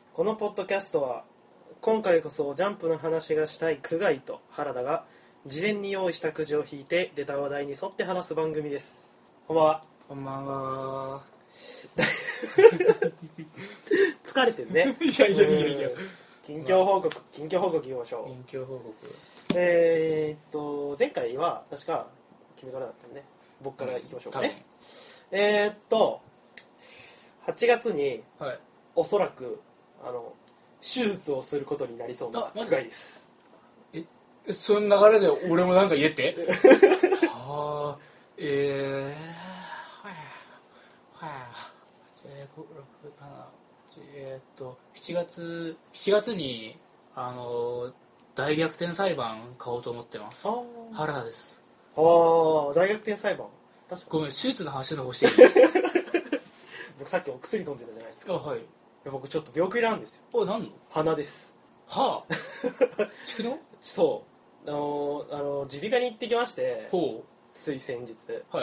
このポッドキャストは今回こそジャンプの話がしたい久我井と原田が事前に用意したくじを引いて出た話題に沿って話す番組です。こんばんは。 こんばんは。 疲れてるね。 いや近況報告いきましょう。 近況報告。 前回は確か君からだったんで僕からいきましょうかね。8月に、 はい、 おそらく手術をすることになりそうな久我井です。 その流れで俺もなんか言えてはぁ、7月に大逆転裁判買おうと思ってます。原田です。 大逆転裁判。確かごめん、手術の話の方していい僕さっきお薬飲んでたじゃないですか。 はい。 僕ちょっと病気なんですよ。 何の？ 鼻です。 はぁ、蓄膿？ そう。耳鼻科に行ってきまして、 ほう。 つい先日。 はい。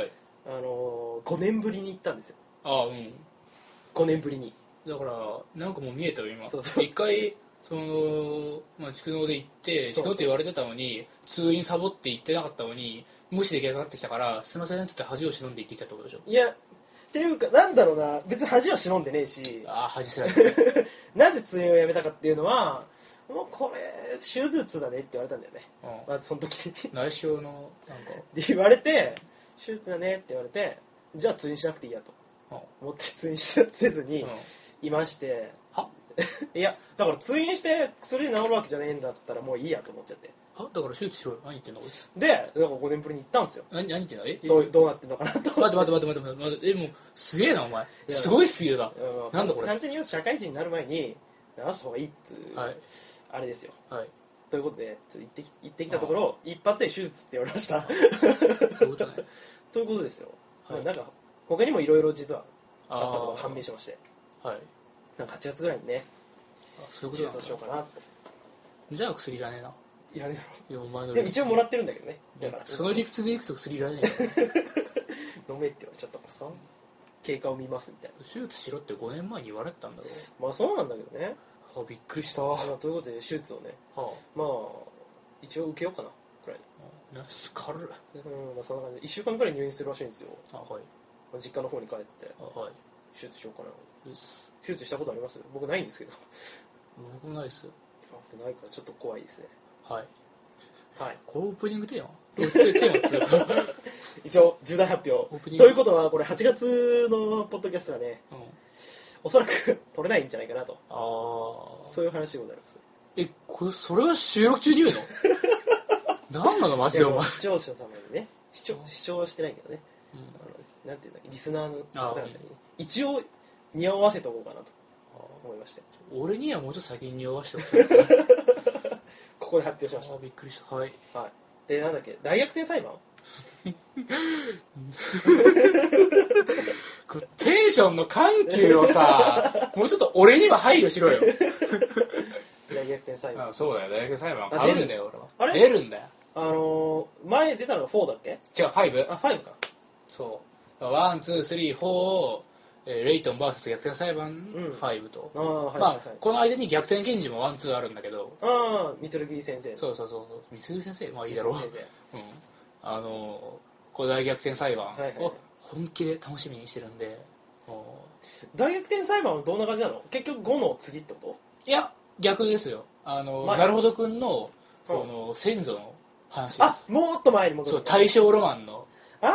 5年ぶりに行ったんですよ。 ああ、うん。 5年ぶりに。 だからなんかもう見えたよ今。 そうそう。 一回蓄膿で行って蓄膿って言われてたのに通院サボって行ってなかったのに無視できなくなってきたからすいませんって言って恥を忍んで行ってきたってことでしょ。 いやっていうかなんだろうな、別に恥は忍んでねえし。 恥すらいなぜ通院をやめたかっていうのは、もうこれ手術だねって言われたんだよね。まずその時内視鏡のなんかで言われて、手術だねって言われて、じゃあ通院しなくていいやと思って通院せずにいまして、いやだから通院して薬で治るわけじゃねえんだったらもういいやと思っちゃって。 だから手術しろよ。何言ってんのこいつ。 で、なんか5年ぶりに行ったんですよ。 何言ってんの？ どうなってんのかなと。 待ってもうすげえなお前。すごいスピードだ。なんだこれ。 簡単に言うと社会人になる前に治した方がいいっつう、 はい、 あれですよ。 はい。 ということでちょっと行ってきたところ一発で手術って言われました。 そういうことね。 ということですよ。 はい、 なんか他にもいろいろ実はあったことが判明しまして、 はい。 なんか8月ぐらいにね、 そういうこと手術をしようかなと。 じゃあ薬いらねえな。 いらねえだろ。 いやお前のでも一応もらってるんだけどね。 だからその理屈でいくと薬いらねえよ。 飲めって言われちゃったからさ、経過を見ますみたいな。 手術しろって5年前に言われてたんだろう。 まあそうなんだけどね。 びっくりした。 ということで手術をね、まあ一応受けようかなくらい。 軽い。 まあそんな感じで1週間くらい入院するらしいんですよ。 はい。 実家の方に帰って、 はい。 手術しようかな。手術したことあります？僕ないんですけど。 僕もないです。 ないからちょっと怖いですね。 はい。 はい。 これオープニングテーマ？テーマって一応重大発表。ということはこれ8月のポッドキャストはね、おそらく撮れないんじゃないかなと。そういう話でございます。 それは収録中に言うの？何なのマジでお前。 視聴者様にね、視聴はしてないけどね、なんていうんだっけ、リスナーの方々に一応匂わせておこうかなと思いまして。 俺にはもうちょっと先に匂わせておく。 ここで発表しました。 びっくりした。はい。 はい。で、なんだっけ、大逆転裁判テンションの緩急をさ、もうちょっと俺には配慮しろよ。 大逆転裁判。 そうだよ、大逆転裁判。出るんだよ、俺は。 あれ？ 出るんだよ。前出たのが4だっけ？ 違う、5。 5か。 そう。1、2、3、4、レイトン VS 逆転裁判5と。この間に逆転検事も1、2あるんだけど。 三剣先生。 そう。三剣先生まあいいだろう。先生。この大逆転裁判を本気で楽しみにしてるんで。 大逆転裁判はどんな感じなの？結局5の次ってこと？ いや、逆ですよ。なるほどくんの、先祖の話です。 もっと前に戻る。 そう、大正ロマンの。 はい。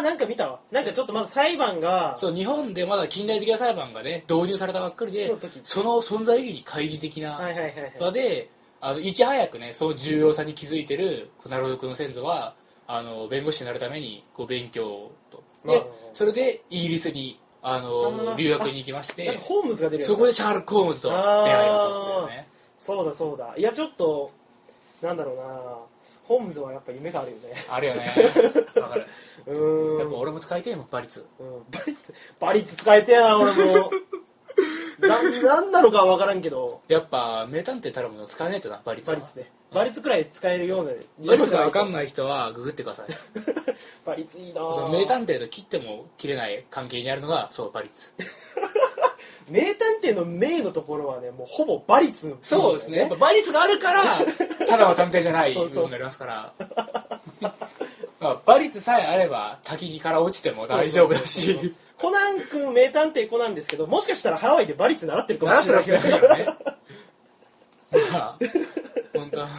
なんか見たわ。なんかちょっとまだ裁判が。 そう、日本でまだ近代的な裁判がね、導入されたばっかりで、その存在意義に乖離的な場で、いち早くね、その重要さに気づいてる、なるほどくんの先祖は、弁護士になるために、勉強と。で、それで、イギリスに、留学に行きまして、 ホームズが出るやつ。 そこでシャーロック・ホームズと出会いを果たすよね。 そうだ。いや、ちょっと、なんだろうな、ホームズはやっぱ夢があるよね。 あるよね。わかる。やっぱ俺も使いたいもん、バリツ。 バリツ使いたいな、俺も。なんなのかは分からんけど。 やっぱ、名探偵たるもの使えないとな、バリツは。 バリツね。バリツくらい使えるような。 バリツが分かんない人は、ググってください。 バリツいいな。 名探偵と切っても切れない関係にあるのが、そう、バリツ。 名探偵の名のところはね、もうほぼ馬率の、ね、 そうですね。やっぱ馬率があるから、ただの探偵じゃない部分になりますから。まあ、馬率さえあれば、焚き木から落ちても大丈夫だし。 コナン君、名探偵コナンですけど、もしかしたらハワイで馬率習ってるかもしれないけどね。 まあ、本当。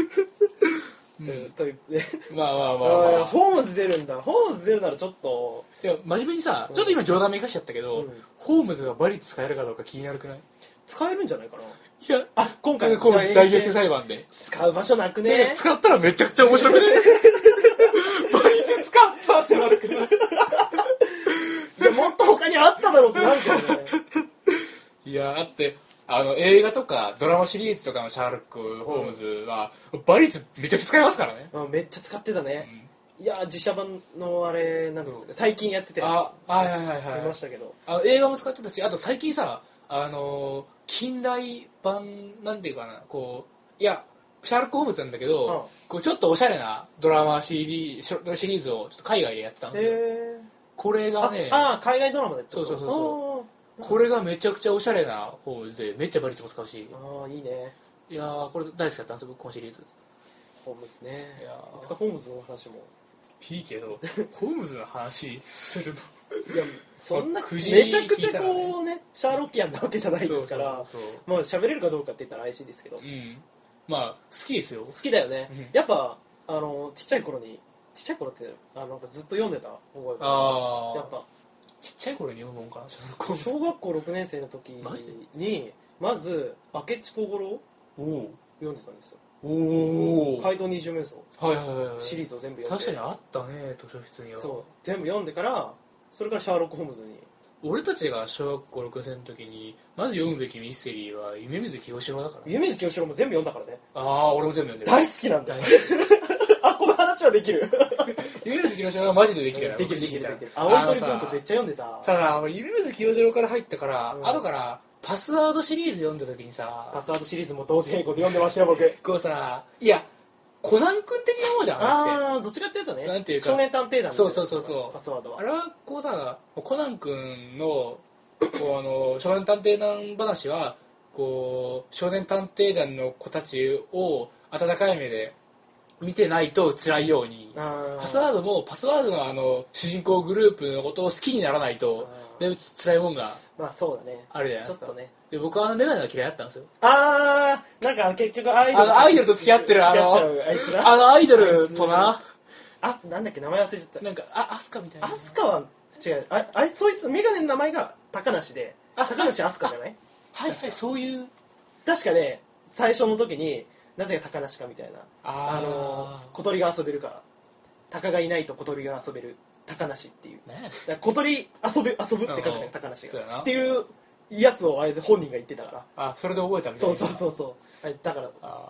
まあ、ホームズ出るんだ。ホームズ出るならちょっと。 いや、真面目にさ、ちょっと今冗談めかしちゃったけど、ホームズが馬率使えるかどうか気になるくない？ 使えるんじゃないかな。 いや、今回大逆転裁判で。 使う場所なくね。 使ったらめちゃくちゃ面白くね。馬率使ったってなるくない？ いや、もっと他にあっただろうってなるけどね。 いや、だって、映画とかドラマシリーズとかのシャーロック・ホームズは、馬率めちゃくちゃ使いますからね。 めっちゃ使ってたね。いや、実写版のあれ、なんですか、最近やってて。 はい。 見ましたけど。 映画も使ってたし、あと最近さ、近代版、なんていうかな、こう、いや、シャーロック・ホームズなんだけど、こうちょっとおしゃれなドラマシリーズをちょっと海外でやってたんですよ。これがね、 海外ドラマでってこと？そう。これがめちゃくちゃおしゃれなホームズで、めっちゃ馬率も使うし。 いいね。 いやー、これ大好きだったんですよ、僕、このシリーズ。 ホームズね。いつかホームズの話も。 いいけど、ホームズの話するの。 いや、そんな、めちゃくちゃこうね、シャーロッキアンなわけじゃないですから、まあ喋れるかどうかって言ったら怪しいですけど。 まあ、好きですよ。 好きだよね。やっぱ、ちっちゃい頃って、なんかずっと読んでた覚えが。やっぱ。 ちっちゃい頃に読むもんかな、 小学校6年生の時に、まず、明智小五郎を読んでたんですよ。街道20面相シリーズを全部読んで。 確かにあったね、図書室には。 そう、全部読んでから、それからシャーロック・ホームズに。 俺たちが小学校6年生の時に、まず読むべきミステリーは、夢水清志郎だから。 夢水清志郎も全部読んだからね。 俺も全部読んでる。 大好きなんだよ。この話はできる。 夢水清志郎はマジでできる。 できる。青い鳥文庫めっちゃ読んでた。 ただ、夢水清志郎から入ったから、後から、パスワードシリーズ読んだ時にさ、 パスワードシリーズも同時並行で読んでましたよ、僕。 こうさ、いや、コナン君的なもんじゃん。 どっちかっていうとね、 なんていうか少年探偵団みたいな。 そう。 パスワードは。 あれは、こうさ、コナン君の、少年探偵団話は、こう、少年探偵団の子たちを温かい目で見てないと辛いように、パスワードも、パスワードの主人公グループのことを好きにならないと、辛いもんが、 まあそうだね。 あるじゃないですか。 ちょっとね。 で、僕はメガネが嫌いだったんですよ。 なんか結局アイドルと付き合ってるあいつらアイドルとな。 なんだっけ、名前忘れちゃった。 なんか、アスカみたいな。 アスカは、違う。そいつ、メガネの名前が高梨で、高梨アスカじゃない？ はい、そういう。 確かね、最初の時に、なぜか高梨かみたいな。小鳥が遊べるから。鷹がいないと小鳥が遊べる。高梨っていう。小鳥遊ぶって書くじゃん、高梨が。っていうやつをあえて本人が言ってたから。 それで覚えたみたいな。 そう。だから。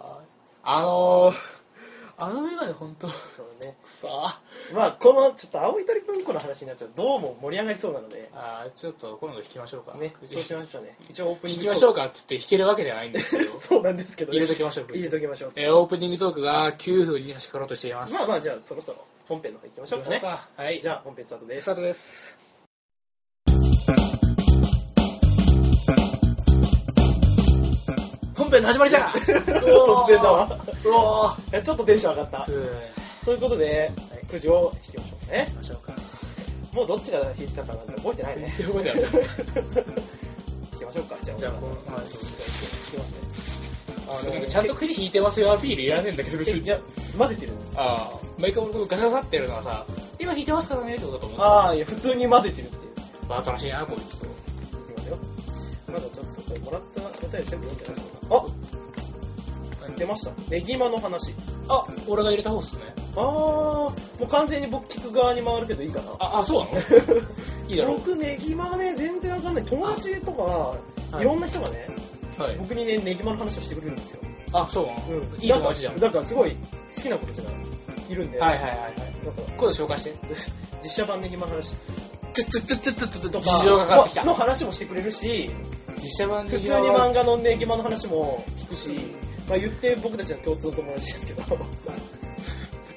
メガネほんと。 そうね。 さあ。まあ、このちょっと青い鳥文庫の話になっちゃうとどうも盛り上がりそうなので。 ちょっと今度弾きましょうか。 ね、そうしましょうね。一応オープニング弾きましょうかって言って弾けるわけではないんですけど。 そうなんですけど、 入れときましょう。 入れときましょう。 オープニングトークが9分に差し掛かろうとしています。 まあ、じゃあそろそろ本編の方行きましょうかね。 はい。 じゃあ本編スタートです。 スタートです。本編の始まりじゃん。 突然だわ。ちょっとテンション上がった。ということで、くじを引きましょうね。 引きましょうか。 もうどっちが引いてたかなんて覚えてないね。 覚えてない。 引きましょうか。じゃあこの引きますね。 ちゃんとくじ引いてますよアピールいらねえんだけど別に。 いや、混ぜてる。 毎回僕ガサガサってるのはさ、今引いてますからねってことだと思う。 いや、普通に混ぜてるっていう。 新しいな、こいつと。 いきますよ。まだちょっとこれもらったお便り全部読んでないのか。出ました。ネギマの話。 俺が入れた方っすね。 もう完全に僕聞く側に回るけどいいかな。 そうなの？いいだろう。 僕ネギマね、全然わかんない。友達とか、いろんな人がね、僕にね、ネギマの話をしてくれるんですよ。 そうなの？いい友達じゃん。 だからすごい好きな子たちがいるんで。 はい。今度紹介して。 実写版ネギマの話。 とかの話もしてくれるし、 実写版普通に漫画のネギマの話も聞くし、言って僕たちの共通の友達ですけど。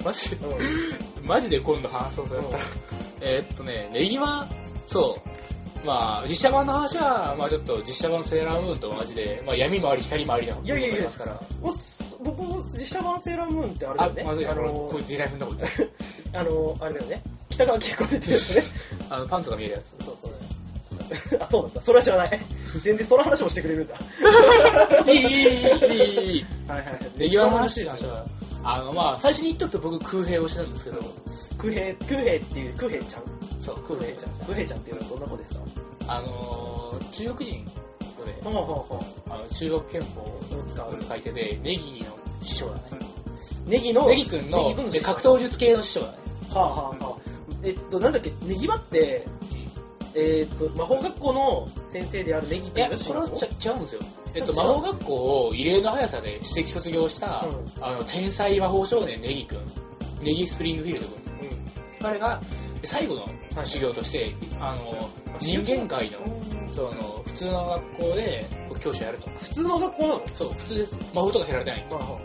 マジで今度話そうそれだったら。ネギマ、そう。 まあ、実写版の話は、まあちょっと実写版セーラームーンと同じで、まあ闇もあり光もありなことがありますから。 僕も実写版セーラームーンってあれだよね。 まずい、こう地雷踏んだことあれだよね。北川景子出てるやつね。 パンツが見えるやつ。 そうそうだね。あ、そうなんだ。それは知らない。全然その話もしてくれるんだ。 いい。はいはい。ネギワの話は、まあ最初に言っとくと僕空兵をしてたんですけど。 空兵っていう、空兵ちゃん。 そう、空兵ちゃん。 空兵ちゃんっていうのはどんな子ですか？ 中国人で、中国憲法を使い手で、ネギの師匠だね。ネギ君の格闘術系の師匠だね。 なんだっけ、ネギバって、魔法学校の先生であるネギ君が師匠？ これは違うんですよ。魔法学校を異例の速さで私的卒業した、天才魔法少年ネギ君、ネギスプリングフィールド君。彼が最後の修行として、人間界の普通の学校で教師をやると。 普通の学校なの？ そう、普通です。魔法とか知られてない。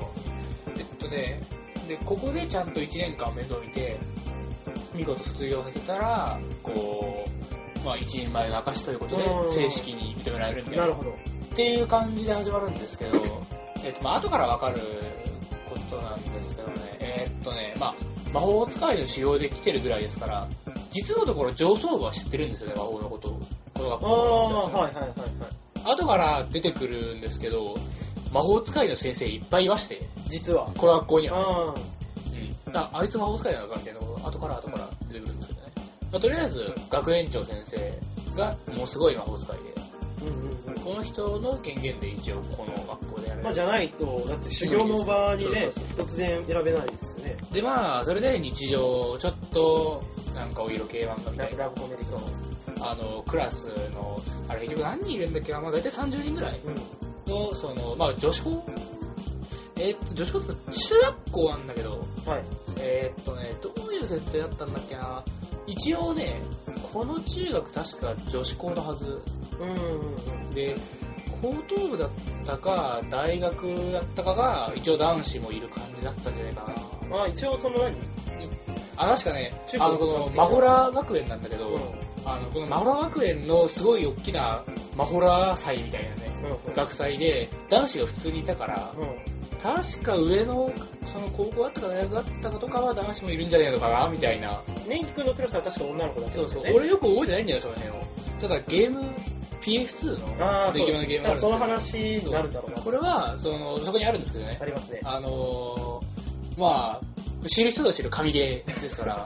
で、ここでちゃんと1年間面倒見て、見事卒業させたら、まあ一人前の証ということで、正式に認められるみたいな。 なるほど。 っていう感じで始まるんですけど、まあ後からわかることなんですけどね、まあ、魔法使いの修行で来てるぐらいですから、実のところ上層部は知ってるんですよね、魔法のことを。この学校の後から出てくるんですけど、魔法使いの先生いっぱいいまして、 実はこの学校には。あいつ魔法使いなのかみたいなことが後から出てくるんですけどね。まあ、とりあえず学園長先生がもうすごい魔法使いで、この人の権限で一応この学校でやる。 まあじゃないと、だって修行の場にね、突然選べないですよね。 でまあそれで日常ちょっとなんかお色系漫画みたいな。 ラブコメディのクラスのあれ結局何人いるんだっけな、まあ大体30人ぐらいのまあ女子校女子校とか中学校なんだけど、 はい、 どういう設定だったんだっけな。一応ね、この中学確か女子校のはず。で、高等部だったか大学だったかが一応男子もいる感じだったんじゃないかな。 一応その確かね、このマホラ学園なんだけど、このマホラ学園のすごい大きなマホラ祭みたいなね、学祭で男子が普通にいたから、確か上のその高校だったか大学だったかとかは男子もいるんじゃねえのかなみたいな。 ネギ君のクラスは確か女の子だったんだよね。 そう、俺よく覚えてないんだよその辺を。ただゲーム PS2 の出来物のゲームがあるんですよ。 その話になるんだろうな。 これはそこにあるんですけどね。 ありますね。 まあ知る人ぞ知る神ゲーですから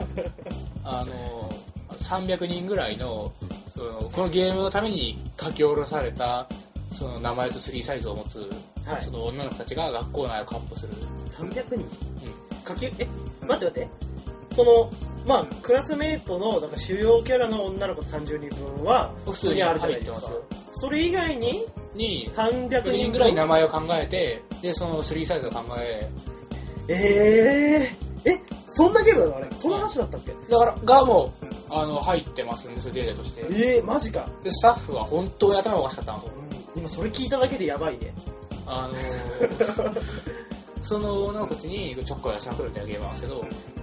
300人ぐらいのこのゲームのために書き下ろされたその名前と3サイズを持つ、その女の子たちが学校内を闊歩する。 300人？待ってまあクラスメイトのなんか主要キャラの女の子30人分は普通にあるじゃないですか。それ以外に300人ぐらい名前を考えて、でその3サイズを考え。 そんなゲームなのあれ？そんな話だったっけ？ だからもう入ってますんですよ、データとして。 マジか。 でスタッフは本当に頭おかしかったんですよ。 今それ聞いただけでやばいね。 その女の子たちにちょっかい出しまくるみたいなゲームなんですけど。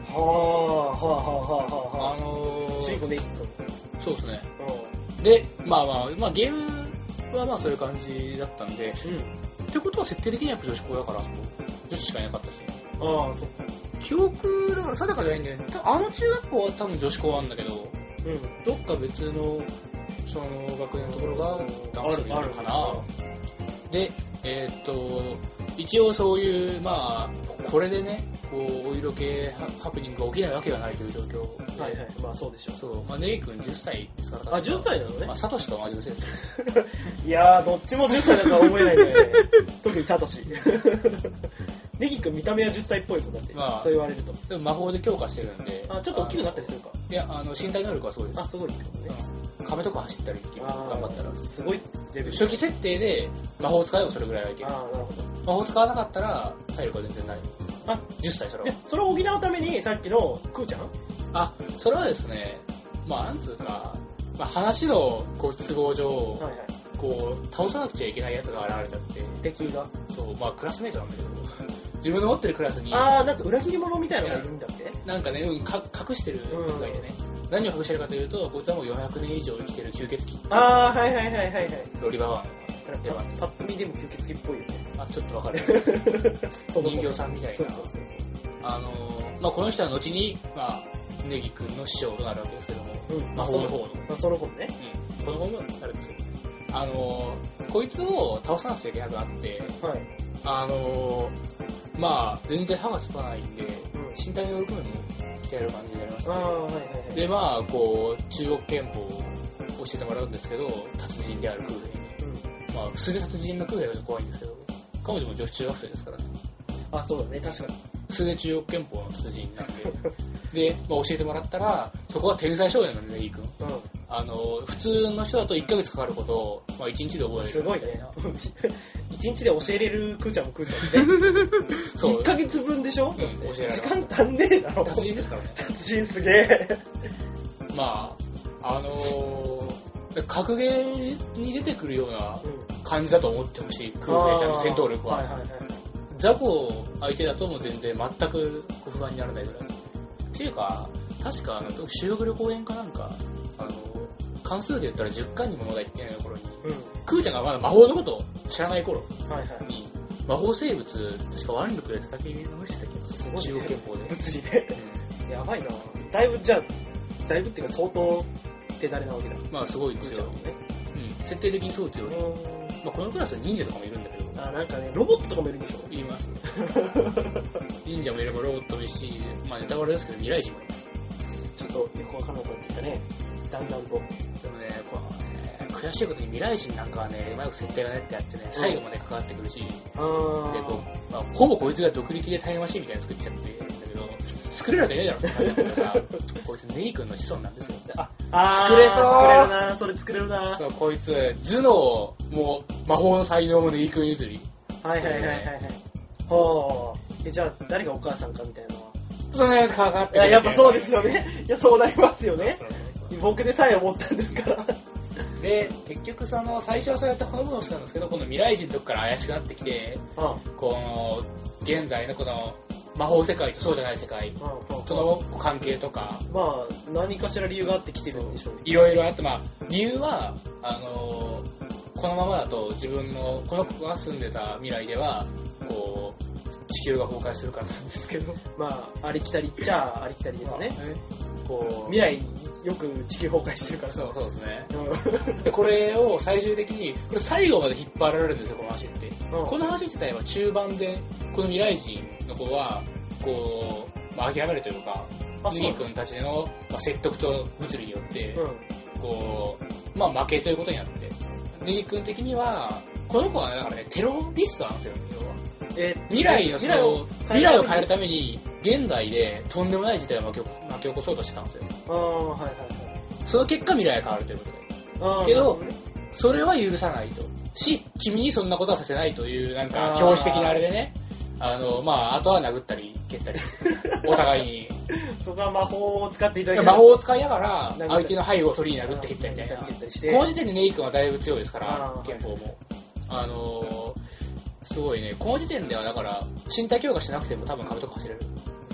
主人公でいいそうですね。で、まあゲームはまあそういう感じだったんで、ってことは設定的にはやっぱ女子校だから、女子しかいなかったですね。 そうか。 記憶だから定かじゃないんだよね。あの中学校は多分女子校なんだけど、どっか別のその学年のところが男子にいるのかな。で、一応そういうまあこれでね、お色気ハプニングが起きないわけがないという状況。 はいはい、まあそうでしょう。 そう、ネギ君10歳ですから。 10歳なのね。 サトシと同じ年ですよ。 いやー、どっちも10歳だとは思えないんだよね。特にサトシ。ネギ君見た目は10歳っぽいもんだって、そう言われると。 でも魔法で強化してるんで。 ちょっと大きくなったりするか。 いや、身体能力はすごいです。 すごいってことね。 壁とか走ったりできる。頑張ったら。 すごいレベル。 初期設定で魔法使えばそれぐらいはいける。 なるほど。 魔法使わなかったら体力は全然ない。10歳それは。 で、それを補うためにさっきのクーちゃん？ それはですね、なんつうか、話の都合上、倒さなくちゃいけないやつが現れちゃって。 敵が？ そう、クラスメイトなんだけど。自分の持ってるクラスに。 なんか裏切り者みたいなのがいるんだっけ？ なんかね、隠してるやつがいてね。 何を隠してるかというと、こいつはもう400年以上生きてる吸血鬼。 あー、はいはいはいはいはい。 ロリババーの出番。パッと見でも吸血鬼っぽいよね。 あ、ちょっとわかる。人形さんみたいな。そうそうそうそう。まあこの人は後に、まあ、ネギ君の師匠となるわけですけども、魔法の方の。 その本ね。 この本もなるんですけど、こいつを倒さなくちゃいけなくなって、はい、まあ、全然歯がつかないんで、身体能力面も鍛える感じになりまして、はいはいはい、で、まあ、こう、中国憲法を教えてもらうんですけど、達人である空兵に。まあ、素で達人の空兵がちょっと怖いんですけど、彼女も女子中学生ですからね。 あ、そうだね、確かに。 素で中国憲法の達人なんで、で、まあ、教えてもらったら、そこは天才少年なんで、いい君。普通の人だと1ヶ月かかることを、まあ、1日で覚える。 すごいね。1日で教えれるクーちゃんもクーちゃんね。そう。1ヶ月分でしょ、教えられる。時間足んねえだろ。 達人ですからね。 達人すげえ。 まあ、格ゲーに出てくるような感じだと思ってほしい、クーヘイちゃんの戦闘力は。雑魚相手だともう全然全く不安にならないぐらい。っていうか、確か修学旅行編かなんか、関数で言ったら10巻にもまだ行ってない頃に、クーちゃんがまだ魔法のことを知らない頃に、魔法生物、確か腕力で叩きのめしてた気がする。中国憲法で。 物理で。やばいな。だいぶっていうか相当手だれなわけだ。 まあすごいですよ。設定的にすごい強い。まあこのクラスは忍者とかもいるんだけど。 あ、なんかね、ロボットとかもいるんでしょ？ います。忍者もいればロボットもいるし、まあネタバレですけど未来人もいます。 ちょっとよくわかんなくなってきたね。だんだんと。でもね、 悔しいことに未来人なんかはね、うまく設定がねってやってね、最後まで関わってくるし、でまあ、ほぼこいつが独力でタイムマシンみたいに作っちゃってるんだけど、作れるわけねえだろって感じだったからさ、こいつネイ君の子孫なんですよ。 作れそう。作れるな、それ作れるな。 そう、こいつ、頭脳も魔法の才能もネイ君譲り。 はいはいはいはい。ほう。じゃあ、誰がお母さんかみたいなのは。 そのやつかかってる。いや、やっぱそうですよね。いや、そうなりますよね。僕でさえ思ったんですから。 で、結局最初はそうやってほのぼのしたんですけど、この未来人のとこから怪しくなってきて、この、現在のこの、魔法世界とそうじゃない世界との関係とか。 まあ、何かしら理由があってきてるんでしょうね。 いろいろあって、まあ、理由は、このままだと自分の、この子が住んでた未来では、こう、地球が崩壊するからなんですけど。 まあ、ありきたりっちゃありきたりですね。こう、未来、よく地球崩壊してるから。 そうですね。でこれを最終的に、これ最後まで引っ張られるんですよ、この話って。この話自体は中盤で、この未来人の子は、こう、まあ、諦めるというか、ネギ君たちの、まあ、説得と物理によって、こう、まあ、負けということになって、ネギ君的には、この子はね、だからね、テロリストなんですよ、要は。未来を変えるために、現代でとんでもない事態を巻き起こそうとしてたんですよ。その結果未来が変わるということで。けど、それは許さないと。君にそんなことはさせないという、なんか、表紙的なあれでね、まあ、あとは殴ったり、蹴ったり、お互いに。 そこは魔法を使っていただけ魔法を使いながら、相手の背後を取りに殴って蹴ったみたいな。この時点でネイ君はだいぶ強いですから、憲法も。すごいね、この時点ではだから、身体強化しなくても多分壁とか走れる。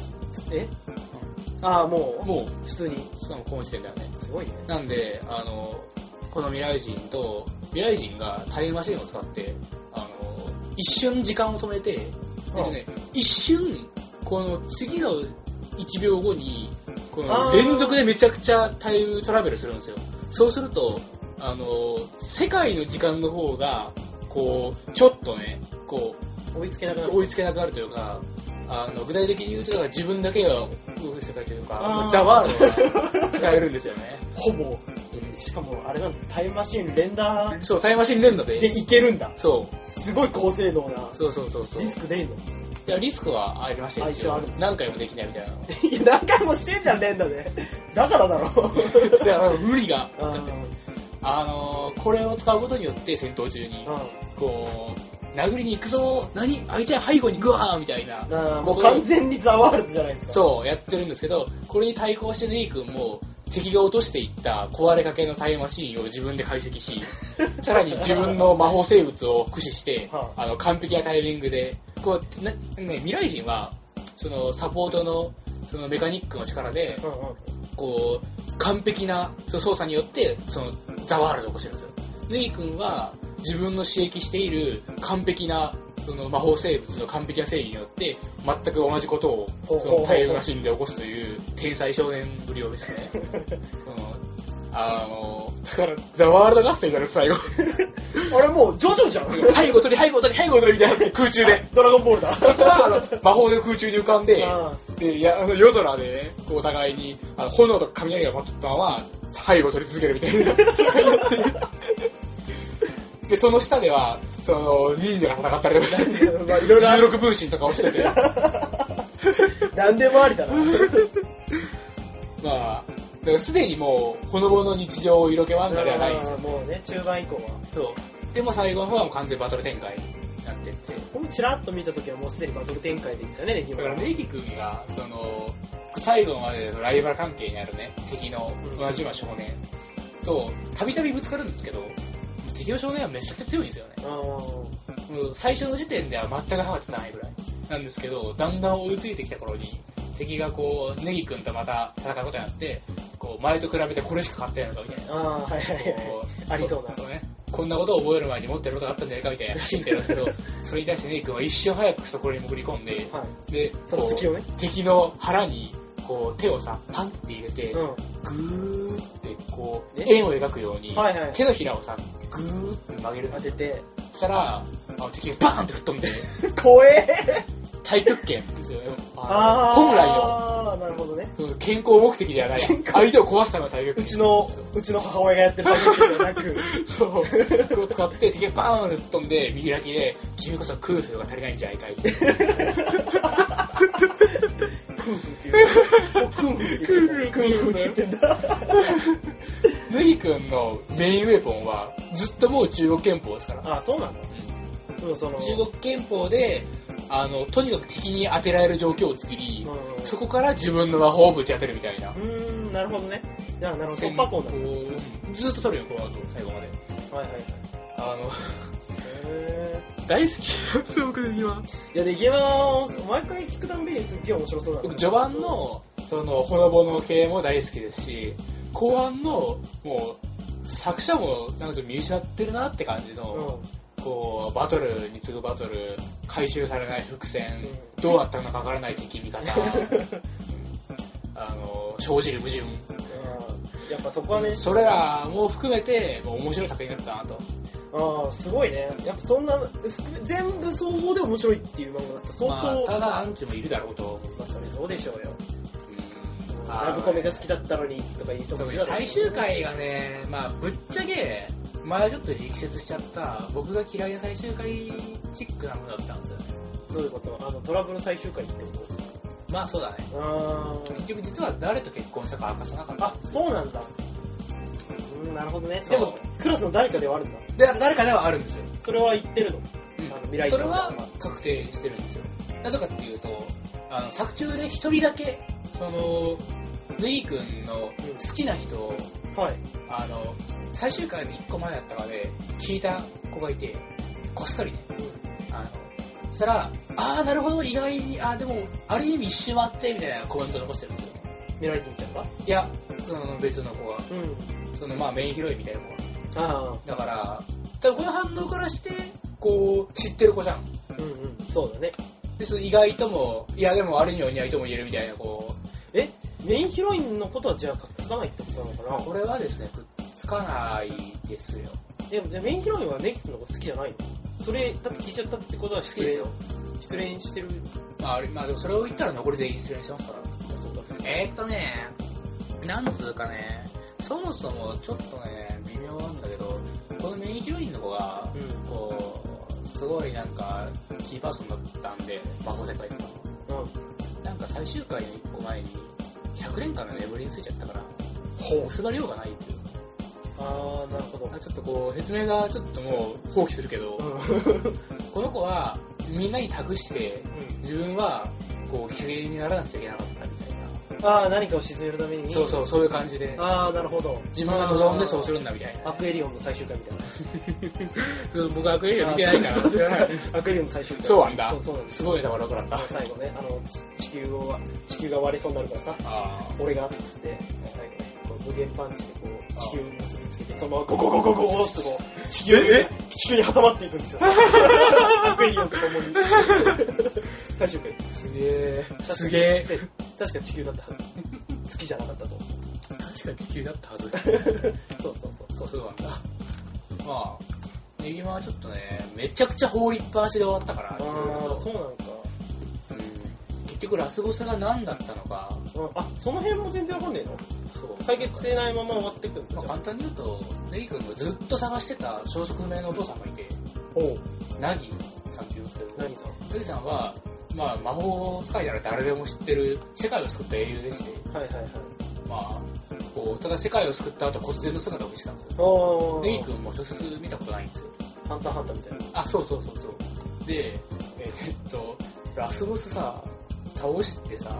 もう、普通に。 しかもこの時点ではね。 すごいね。 なんで、この未来人がタイムマシンを使って、一瞬時間を止めて、一瞬、この次の1秒後に、この連続でめちゃくちゃタイムトラベルするんですよ。そうすると、世界の時間の方が、こう、ちょっとね、こう、 追いつけなくなるというか、具体的に言うと、だから自分だけが動く世界というか、ザ・ワールドが使えるんですよね。 ほぼ。しかも、あれなんだ、タイムマシン連打。 そう、タイムマシン連打で。 で、いけるんだ。 そう。 すごい高精度な。 そう。 リスクでいいの？ いや、リスクはありましたよ。 一応ある。 何回もできないみたいな。 いや、何回もしてんじゃん、連打で。だからだろ。 だから無理が。これを使うことによって戦闘中に、こう、殴りに行くぞ、相手は背後にグワーみたいな。 もう完全にザワールドじゃないですか。 そう、やってるんですけど、これに対抗してネイ君も、敵が落としていった壊れかけのタイムマシーンを自分で解析し、さらに自分の魔法生物を駆使して、完璧なタイミングで、こう、ね、未来人は、そのサポートの、そのメカニックの力で、こう、 完璧なその操作によってそのザワールドを起こしてるんですよ。ネギ君は自分の刺激している完璧なその魔法生物の完璧な正義によって全く同じことをそのタイムマシンで起こすという天才少年ぶりをですねだからザワールド合戦になる最後あれもうジョジョじゃん背後取りみたいな空中でドラゴンボールだそこは魔法で空中に浮かんで夜空でねこうお互いに炎とか雷がまとったまま背後を取り続けるみたいなでその下ではその忍者が戦ったりとかしてて、まあ、16分身とかをしてて何でもありだなまあだからすでにもうほのぼの日常色気漫画ではないんですよ。 もうね中盤以降はそうでも最後の方はもう完全バトル展開になってって僕チラッと見た時はもうすでにバトル展開でいいですよね。 だからネギ君がその最後までのライバル関係にあるね敵の同じような少年とたびたびぶつかるんですけど敵の少年はめちゃくちゃ強いんですよね。最初の時点では全く歯が立たないぐらいなんですけどだんだん追いついてきた頃に敵がこうネギ君とまた戦うことになってこう前と比べてこれしか勝ってないのかみたいなありそうなそうねこんなことを覚える前に持ってることがあったんじゃないかみたいなシーンってあるんですけどそれに対してネギ君は一瞬早く懐に潜り込んで、でその隙をね敵の腹にこう手をさパンって入れて、グーってこう円を描くように、手のひらをさグーって曲げるんですよ。 当ててそしたら敵がバーンって吹っ飛んで怖え太極拳ですよね。本来のなるほどね健康目的ではない相手を壊すための太極拳うちの母親がやってる太極拳ではなくそうこれを使って敵がバーンって吹っ飛んで見開きで君こそ空風が足りないんじゃないかいクンフって言ってんだネギ君のメインウェポンはずっともう中国拳法ですから。 あ、そうなんだ、 中国拳法でとにかく敵に当てられる状況を作り、そこから自分の魔法をぶち当てるみたいな。 なるほどね。なるほど。突破口だ。 ずっと取るよ、この後、最後まで。大好き。そう、僕で今。 いや、できます。毎回聞くたんびにすっげえ面白そうだな。 僕、序盤の、その、ほのぼの系も大好きですし、後半の、もう、作者も、なんか見失ってるなって感じの、こうバトルに次ぐバトル回収されない伏線、どうなったのかわからない敵味方生じる矛盾、 やっぱそこはねそれらも含めてもう面白い作品だったなと。すごいね。やっぱそんな全部総合で面白いっていう漫画だった相当、 ただアンチもいるだろうと。 それそうでしょうよ。ラブコメが好きだったのにとかいう人もいるだろう。 最終回がね、ぶっちゃけ前ちょっと力説しちゃった僕が嫌いな最終回チックなものだったんですよね。 どういうこと？トラブル最終回ってこと？ そうだね。結局実は誰と結婚したか明かさなかった。 あ、そうなんだ。なるほどね。でもクラスの誰かではあるんだ。 誰かではあるんですよ。 それは言ってるの？未来人それは確定してるんですよ。なぜかっていうと作中で一人だけネギ君の好きな人を、最終回の1個前だったかで聞いた子がいて、こっそりね、そしたらなるほど意外にでもある意味一周回ってみたいなコメント残してるんですよ。 未来人ちゃんが？ いや、その別の子が、そのメインヒロインみたいな子が。だから多分この反応からしてこう知ってる子じゃん。 そうだね。 で意外ともでもある意味お似合いとも言えるみたいなこう。 メインヒロインのことはじゃあくっつかないってことなのかな？ これはですねくっつかないですよ。 でもメインヒロインはネギ君のこと好きじゃないの？それだって聞いちゃったってことは失礼よ。 失恋してる。 でもそれを言ったら残り全員失恋してますから。なんつうかね、そもそもちょっとね微妙なんだけど、このメインヒロインの子が、こうすごいなんかキーパーソンだったんで、魔法世界とか、なんか最終回の1個前に100年間の眠りについちゃったから、結ばれようがないっていう。 なるほど。 ちょっとこう説明がちょっともう放棄するけど、この子はみんなに託して、自分はこう犠牲にならなくちゃいけなかったみたいな。 何かを沈めるために。 そういう感じで。 なるほど。 自分が望んでそうするんだみたいな。 アクエリオンの最終回みたいな。 僕はアクエリオン見てないから。 アクエリオンの最終回。 そうなんだ。 そうなんです。 すごいネタバレだった。 最後ね、地球が割れそうになるからさ、俺がっつって最後ね、 無限パンチでこう地球に結びつけて、そのままゴゴゴゴゴゴーっとこう地球に挟まっていくんですよ。アクエリオンとともに。最終回。 すげえ。 確か地球だったはず。月じゃなかったと。 確か地球だったはず。そうなんだ。まあ、ネギマはちょっとね、めちゃくちゃ放りっぱなしで終わったから。 そうなんか。 結局ラスボスが何だったのか。 その辺も全然わかんねえの？そう。解決せないまま終わっていくんだ。 簡単に言うと、ネギ君がずっと探してた消息不明のお父さんがいて、ナギさんって言うんですけど、ナギさんは、まあ、魔法使いなら誰でも知ってる世界を救った英雄でして、まあ、こうただ世界を救った後忽然の姿を見せたんですよ。ネギ君も直接見たことないんですよ。 ハンターハンターみたいな。 そう。で、ラスボスさ、倒してさ、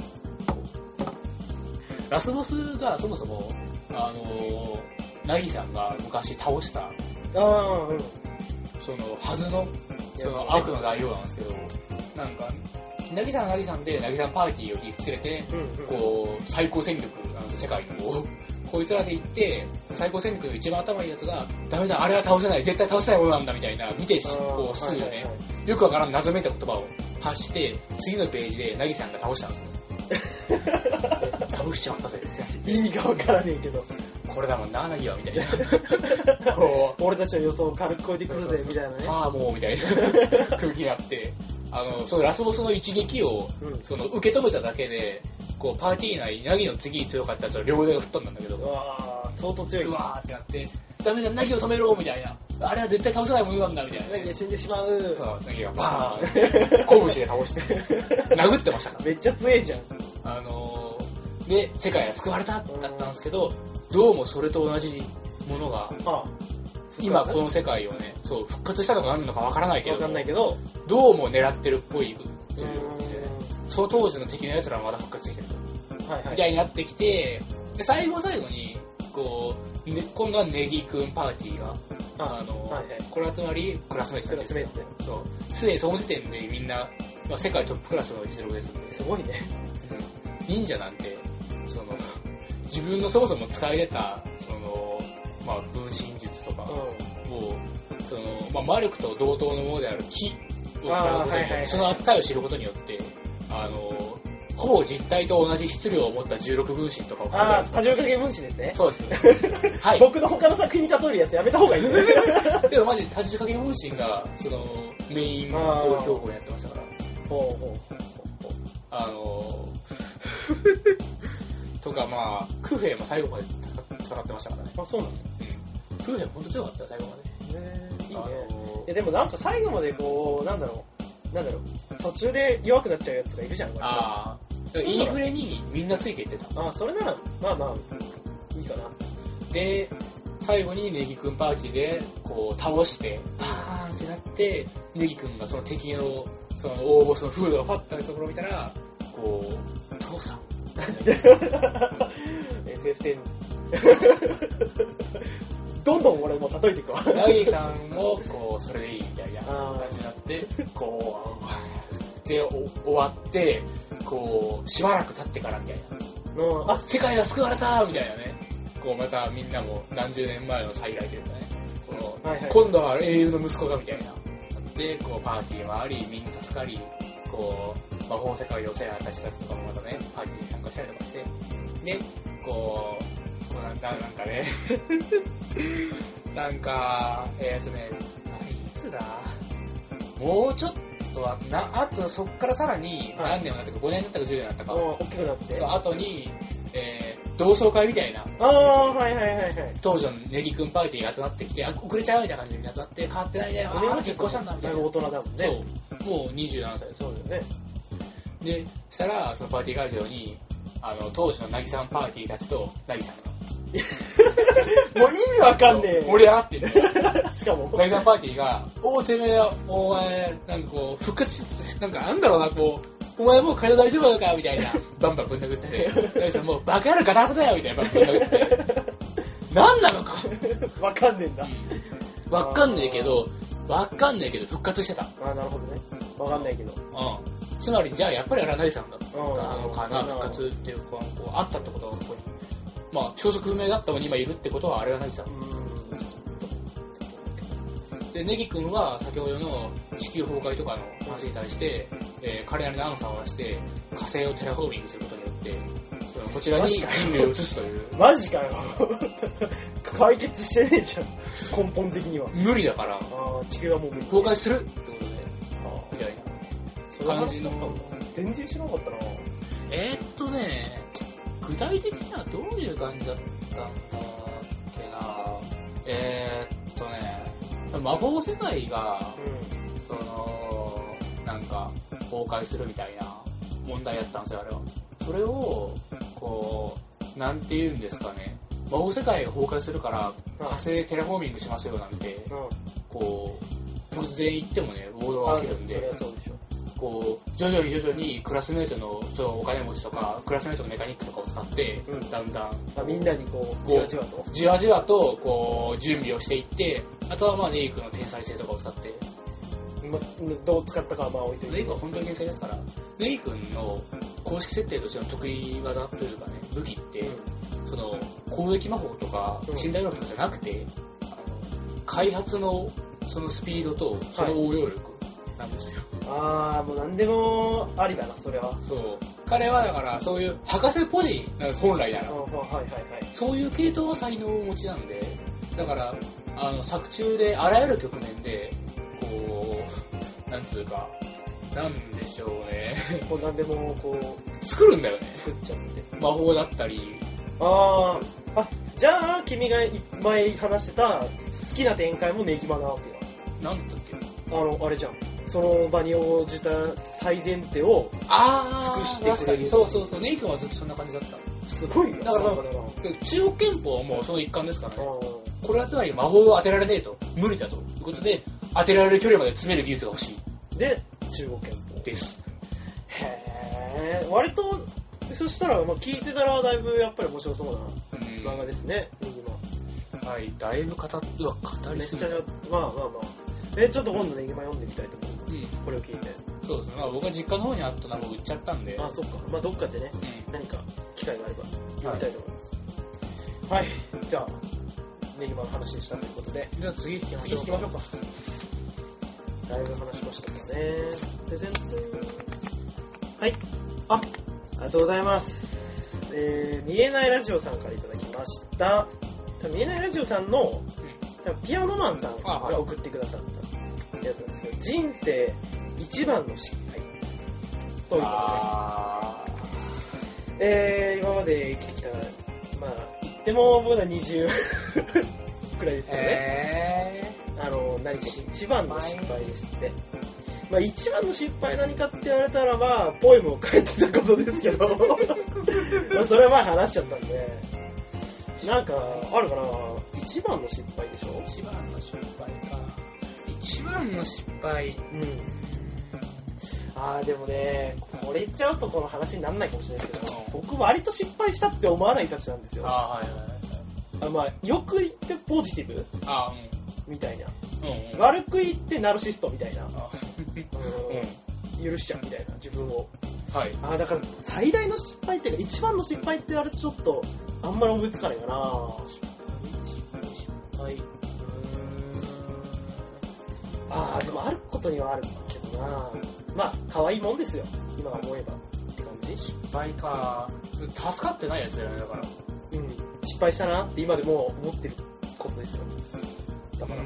ラスボスがそもそも、ナギさんが昔倒した、そのはずの、その悪の大王なんですけど、なんか、ナギさんで、ナギさんパーティーを引き連れて、こう、最高戦力、世界にこいつらで行って、最高戦力の一番頭いいやつが、ダメだ、あれは倒せない、絶対倒せないものなんだみたいな、見て、こう、すぐね、よくわからん謎めいた言葉を発して、次のページでナギさんが倒したんですよ。倒しちまったぜって。 意味がわからねえけど。 これだもんな、ナギは、みたいな。 俺たちの予想を軽く超えてくるぜ、みたいなね。 もう、みたいな空気になって、そのラスボスの一撃を、その受け止めただけで、こう、パーティー内、ナギの次に強かったやつは両腕が吹っ飛んだんだけど、 相当強い。 うわーってなって、ダメだ、ナギを止めろみたいな。あれは絶対倒せないものなんだみたいな。 ナギが死んでしまう。 ナギがバーン拳で倒して、殴ってましたから。 めっちゃ強いじゃん。 で、世界が救われただったんですけど、どうもそれと同じものが、今この世界をね、復活したのか何なのかわからないけど、どうも狙ってるっぽいという、その当時の敵の奴らはまだ復活してきてる。みたいになってきて、で最後に、こう、今度はネギくんパーティーが、これはつまりクラスメイトたちですよ。すでにその時点でみんな、世界トップクラスの実力ですので。 すごいね。 忍者なんて、自分のそもそも使い出た、分身術とかを、魔力と同等のものである木を使うことで、その扱いを知ることによって、ほぼ実体と同じ質量を持った16分身とかを多重掛け分身ですね。 そうですね。はい。 僕の他の作品に例えるやつやめた方がいいですね。 でもマジで多重掛け分身が、メイン標語をやってましたから。とかクーヘイも最後まで戦ってましたからね。 そうなんだ。 クーヘイほんと強かったよ、最後まで。いいね。でもなんか最後までこう、なんだろう、途中で弱くなっちゃうやつがいるじゃん。 インフレにみんなついていってた。 それなら、いいかな。 で、最後にネギくんパーティーで、こう、倒して、バーンってなって、ネギくんがその敵の、その大ボスのフードがパッとあるところを見たら、こう、父さん。 FF10 どんどん俺も例えていくわ。 ナギさんもこうそれでいいみたいな感じになってこうで終わってこうしばらく経ってからみたいな、世界が救われたみたいなね、こうまたみんなも何十年前の再来というかね、この、今度は英雄の息子がみたいなでこうパーティーもありみんな助かりこう魔法世界でお世話になった人たちとかもまたねパーティーに参加したりとかしてでこうなんかねなんかいつだもうちょっとはあとそっからさらに何年もなったか5年だったか10年だったか大きくなってそう後に同窓会みたいな当時のネギくんパーティーが集まってきて遅れちゃうみたいな感じに集まって変わってないね結婚したんだみたいな大人だもんねそうもう27歳そうだよねでしたらそのパーティー会場に当時のなぎさんパーティーたちとなぎさんがもう意味わかんねえ盛り上がってるしかもなぎさんパーティーがてめえお前なんかこう復活なんかなんだろうなこうお前もう体大丈夫なのかみたいなバンバンぶん殴っててなぎさんもうバカ野郎ガタガタだよみたいなバンバンぶん殴ってて何なのかわかんねえんだわかんねえけど復活してたなるほどねわかんないけどつまりじゃあやっぱりあれはなぎさんだったのかな復活っていうかこうあったってことはここにまあ消息不明だったのに今いるってことはあれはないさ。でネギ君は先ほどの地球崩壊とかの話に対して、彼なりのアンサーを出して火星をテラフォーミングすることによってこちらに人類を移すという。 マジかよ。解決してねえじゃん、根本的には。無理だから。 地球はもう無理。 崩壊するってことで、みたいな感じの。 全然知らなかったな。 具体的にはどういう感じだったんだっけな。魔法世界が、なんか崩壊するみたいな問題やったんですよ、あれは。それをなんて言うんですかね、魔法世界が崩壊するから火星テラフォーミングしますよなんて、突然言ってもね暴動が起きるんで、 それはそうでしょ。 徐々にクラスメートのお金持ちとかクラスメートのメカニックとかを使って、だんだんみんなにじわじわと準備をしていって、あとはまあネイクの天才性とかを使ってどう使ったかはまあ置いておいて、 ネイクは本当に天才ですから。ネイ君の公式設定としての得意技というかね、武器って、攻撃魔法とか身体能力とかじゃなくて、開発のそのスピードとその応用力なんですよ。 もう何でもありだな、それは。 そう。彼はだからそういう博士ポジなんです本来なら。そういう系統の才能をお持ちなんで、だから作中であらゆる局面でなんつうか。なんでしょうね。 何でも作るんだよね。 作っちゃって。 魔法だったり。 じゃあ君が前話してた好きな展開もネギマなわけだ。 なんだったっけ？ あれじゃん。その場に応じた最前提を尽くしてくれる。 そう。ネイ君はずっとそんな感じだった。 すごいよ。 だから中国憲法はもうその一環ですからね。これはつまり魔法を当てられねえと。無理だということで、当てられる距離まで詰める技術が欲しい。 で、中国憲法です。 へー、割とそしたら聞いてたらだいぶやっぱり面白そうな漫画ですね。 はい、だいぶ語りすぎた。 めっちゃちょっと今度ネギマ読んでみたいと思います。これを聞いて。 そうですね。僕は実家の方にあったのも売っちゃったんで。 そっか。どっかでね、何か機会があれば読みたいと思います。はい、じゃあネギマの話でしたということで。 じゃあ次行きましょうか。 だいぶ話しましたからね。はい。ありがとうございます。見えないラジオさんからいただきました。見えないラジオさんの、ピアノマンさんが送ってくださったやつなんですけど、人生一番の失敗ということで、今まで生きてきた、言っても僕は20くらいですよね。何か一番の失敗ですって。一番の失敗何かって言われたらポエムを書いてたことですけどそれは前話しちゃったんで、なんかあるかな。一番の失敗でしょ。 一番の失敗か。一番の失敗。 でもね、これ言っちゃうとこの話にならないかもしれないけど、僕割と失敗したって思わないたちなんですよ。よく言ってポジティブみたいな、悪く言ってナルシストみたいな、許しちゃうみたいな自分を。だから最大の失敗っていうか一番の失敗って言われるとちょっとあんまり思いつかないかな。失敗。でもあることにはあるけどな。可愛いもんですよ、今思えばって感じ。 失敗か。助かってないやつだよね、だから。 失敗したなって今でも思ってることですよ。だから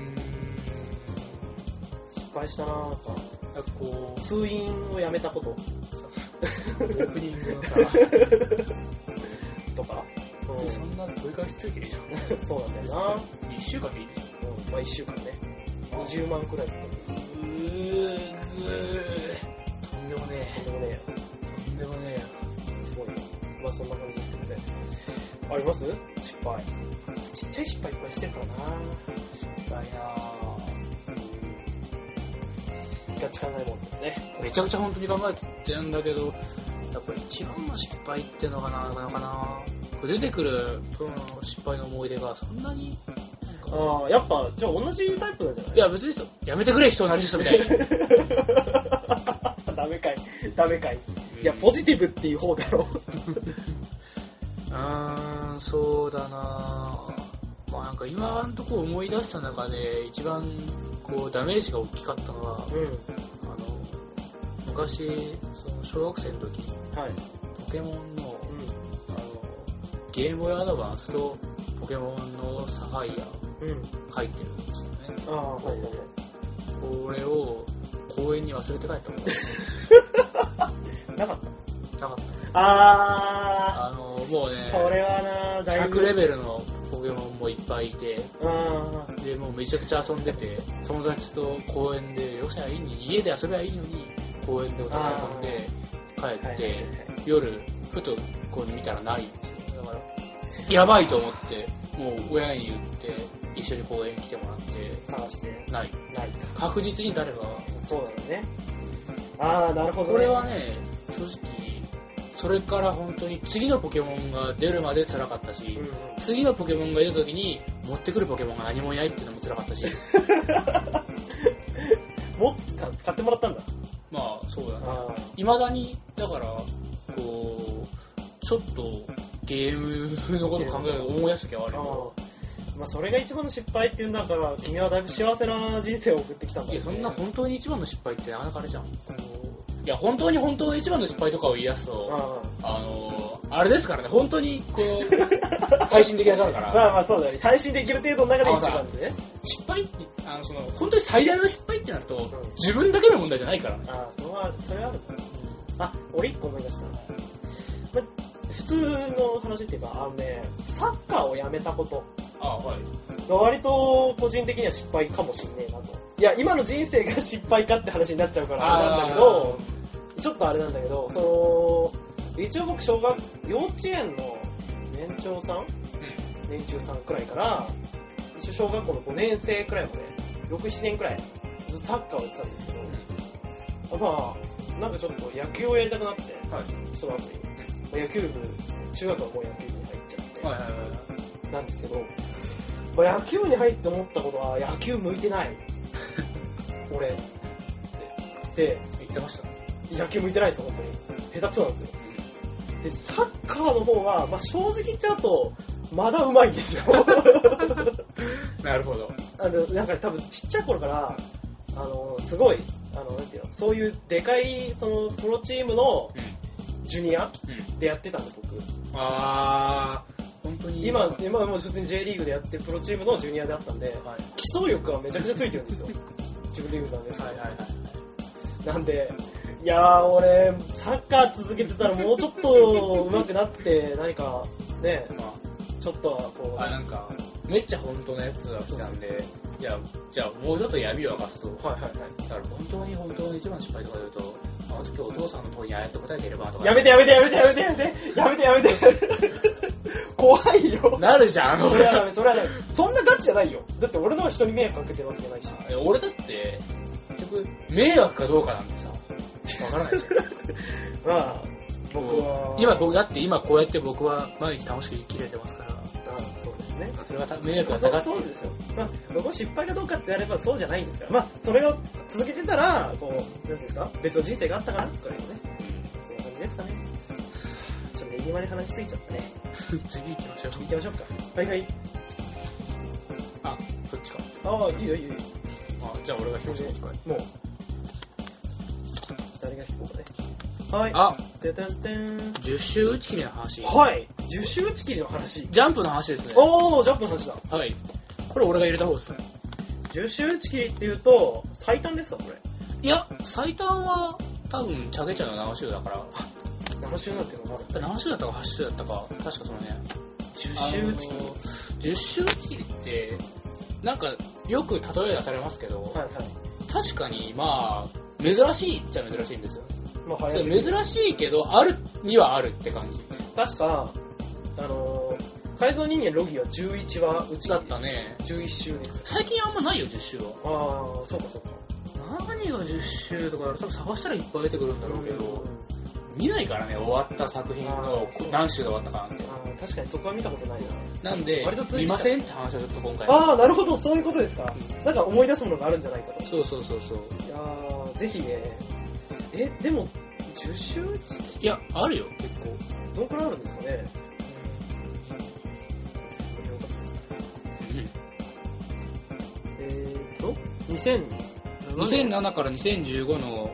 失敗したなとか、通院をやめたことオープニングのさとか、 そんな取り返しついてるじゃん。 そうなんだよな。 1週間でいいでしょ。 1週間ね、20万くらいかかるんですよ。 とんでもねえよ。 すごいな。そんな感じですけどね。あります？失敗。ちっちゃい失敗いっぱいしてるからな。 失敗なガチ考えもんですね。 めちゃくちゃ本当に考えてるんだけど、やっぱり一番の失敗ってのかな。出てくる失敗の思い出がそんなに。 やっぱじゃあ同じタイプなんじゃない？ いや別にですよ。やめてくれ人をなりすみたいに。 ダメかい。いやポジティブっていう方だろ。 そうだな。まあなんか今のところ思い出した中で一番こうダメージが大きかったのは、昔その小学生の時に、ポケモンの、ゲームボーイアドバンスとポケモンのサファイア入ってるんですよね。これを公園に忘れて帰ったもん。 なかった。 もうね、 それはな、だいぶ 100レベルのポケモンもいっぱいいて、でもうめちゃくちゃ遊んでて、友達と公園でよっしゃいいのに、家で遊べばいいのに公園でお互い遊んで帰って、夜ふとこう見たらないんですよ。だからやばいと思ってもう親に言って一緒に公園来てもらって探してない確実に誰かそうだよね。なるほど、ね、 これはね正直それから本当に次のポケモンが出るまで辛かったし、次のポケモンが出た時に持ってくるポケモンが何もいないっていうのも辛かったし買ってもらったんだ。 まあそうだね。未だにだからこうちょっとゲームのこと考えると思い出す時はあるよ。 まあそれが一番の失敗っていうんだから君はだいぶ幸せな人生を送ってきたんだよね。 いやそんな本当に一番の失敗ってなかなかあれじゃん。いや本当に一番の失敗とかを言い出すとあれですからね、本当にこう配信できなかったからまあそうだよね。配信できる程度の中で一番でね。 失敗ってその本当に最大の失敗ってなると、自分だけの問題じゃないからね。 それはある。俺一個思い出した。普通の話っていうかサッカーをやめたことが割と個人的には失敗かもしんねえなと。いや今の人生が失敗かって話になっちゃうからあれなんだけど、ちょっとあれなんだけど、一応僕幼稚園の年中さんくらいから一応小学校の5年生くらいまで 6,7 年くらいずっとサッカーをやってたんですけど、まあなんかちょっと野球をやりたくなって、その後に野球部、中学はもう野球部に入っちゃってなんですけど、野球部に入って思ったことは野球向いてない俺って言ってました。 野球向いてないですよ本当に。下手くそなんですよ。でサッカーの方は、正直言っちゃうとまだ上手いんですよなるほど。 なんか多分ちっちゃい頃からすごいなんていうの、そういうでかいそのプロチームのジュニアでやってたんです僕。 本当に今はもう普通に J リーグでやってるプロチームのジュニアであったんで、基礎力はめちゃくちゃついてるんですよ自分で言うなんですけど、なんでいやー俺サッカー続けてたらもうちょっと上手くなって何かね、ちょっとこうなんかめっちゃ本当のやつだったんで、じゃあもうちょっと闇を明かすと、だから本当に一番の失敗とか言うと、あの時お父さんの方にああやって答えていればとか。やめて怖いよ。 なるじゃん。 それはダメ。そんなガチじゃないよ。だって俺のは人に迷惑かけてるわけじゃないし。 俺だって結局迷惑かどうかなんてさわからないじゃん僕は今こうやって僕は毎日楽しく生きれてますから。 そうですね。 それは迷惑が下がってそうですよ。僕は失敗かどうかってやればそうじゃないんですから。それを続けてたらこうなんていうんですか、別の人生があったかなとかいうね。そんな感じですかね。ちょっと今に話しすぎちゃったね。 次行きましょうか。 はい。 そっちか。 いいよ。 じゃあ俺が表紙もう誰が引こうかね。 10周打ち切りの話。 10周打ち切りの話。 ジャンプの話ですね。 ジャンプの話だ。 これ俺が入れた方ですね。 10周打ち切りっていうと最短ですかこれ。 いや最短は多分チャゲちゃんの7周だから。 7周なんていうのがある。 7周だったか8周だったか確かそのね。 10周打ち切り。 10周打ち切りってなんかよく例え出されますけど、確かに珍しいっちゃ珍しいんですよ。珍しいけどあるにはあるって感じ。 確か改造人間ロギは11話打ちだったね。 11周です。 最近あんまないよ10周は。 そうか。 何が10周とか多分探したらいっぱい出てくるんだろうけど、見ないからね終わった作品の何周で終わったかなんて。 確かにそこは見たことないな。 なんで見ませんって話はちょっと今回。 なるほど、そういうことですか。なんか思い出すものがあるんじゃないかと。 そう。いやぜひね。でも10周？ いやあるよ結構。 どんくらいあるんですかね。 2007から2015の、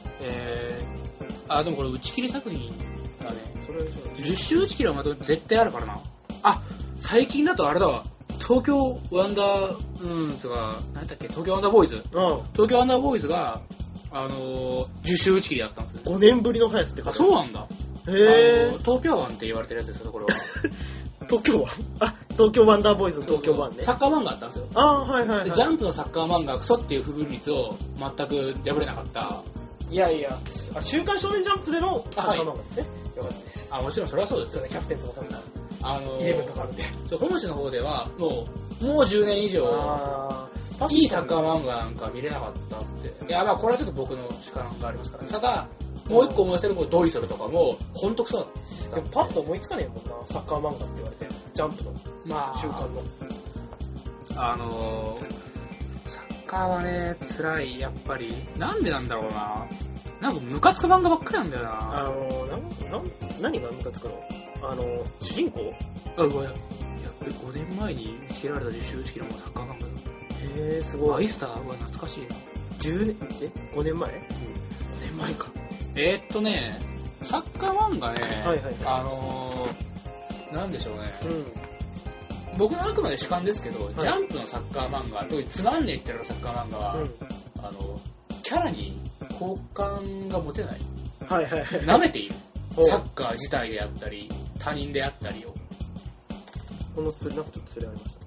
でもこれ打ち切り作品だね。10周打ち切りはまた絶対あるからな。最近だとあれだわ。東京ワンダー何だっけ、東京ワンダーボーイズ。東京ワンダーボーイズが、10周打ち切りだったんですよ。 5年ぶりの速さってこと。 そうなんだ。へ東京湾って言われてるやつですよ、これは。 東京湾東京ワンダーボーイズの東京湾ね。 サッカー漫画あったんですよ。でジャンプのサッカー漫画クソっていう不分率を全く破れなかった。 いやいや、週刊少年ジャンプでのサッカー漫画ですね。よかったです。 もちろんそれはそうですよね。 キャプテン翼が11とかあるんで。 本誌の方ではもう10年以上いいサッカー漫画なんか見れなかったって。いや、これはちょっと僕の主観がありますから。ただもう一個思い出せるドイソルとかもほんとクソだった。 でもパッと思いつかねえもんな、サッカー漫画って言われて、ジャンプの週刊の。 サッカーはね、辛い、やっぱり。なんでなんだろうな。なんかムカつく漫画ばっかりなんだよな。 何がムカつくの？主人公？ やっぱり5年前に打ち切られた10周打ち切りのサッカー漫画だ。 へぇ、すごい。 バイスターは懐かしいな。 5年前？5年前か。 サッカー漫画ね、なんでしょうね。僕のあくまで主観ですけど、ジャンプのサッカー漫画、特につまんねえって言われるサッカー漫画は、キャラに好感が持てない。舐めている。サッカー自体であったり、他人であったりを。 なんかちょっとそれありました。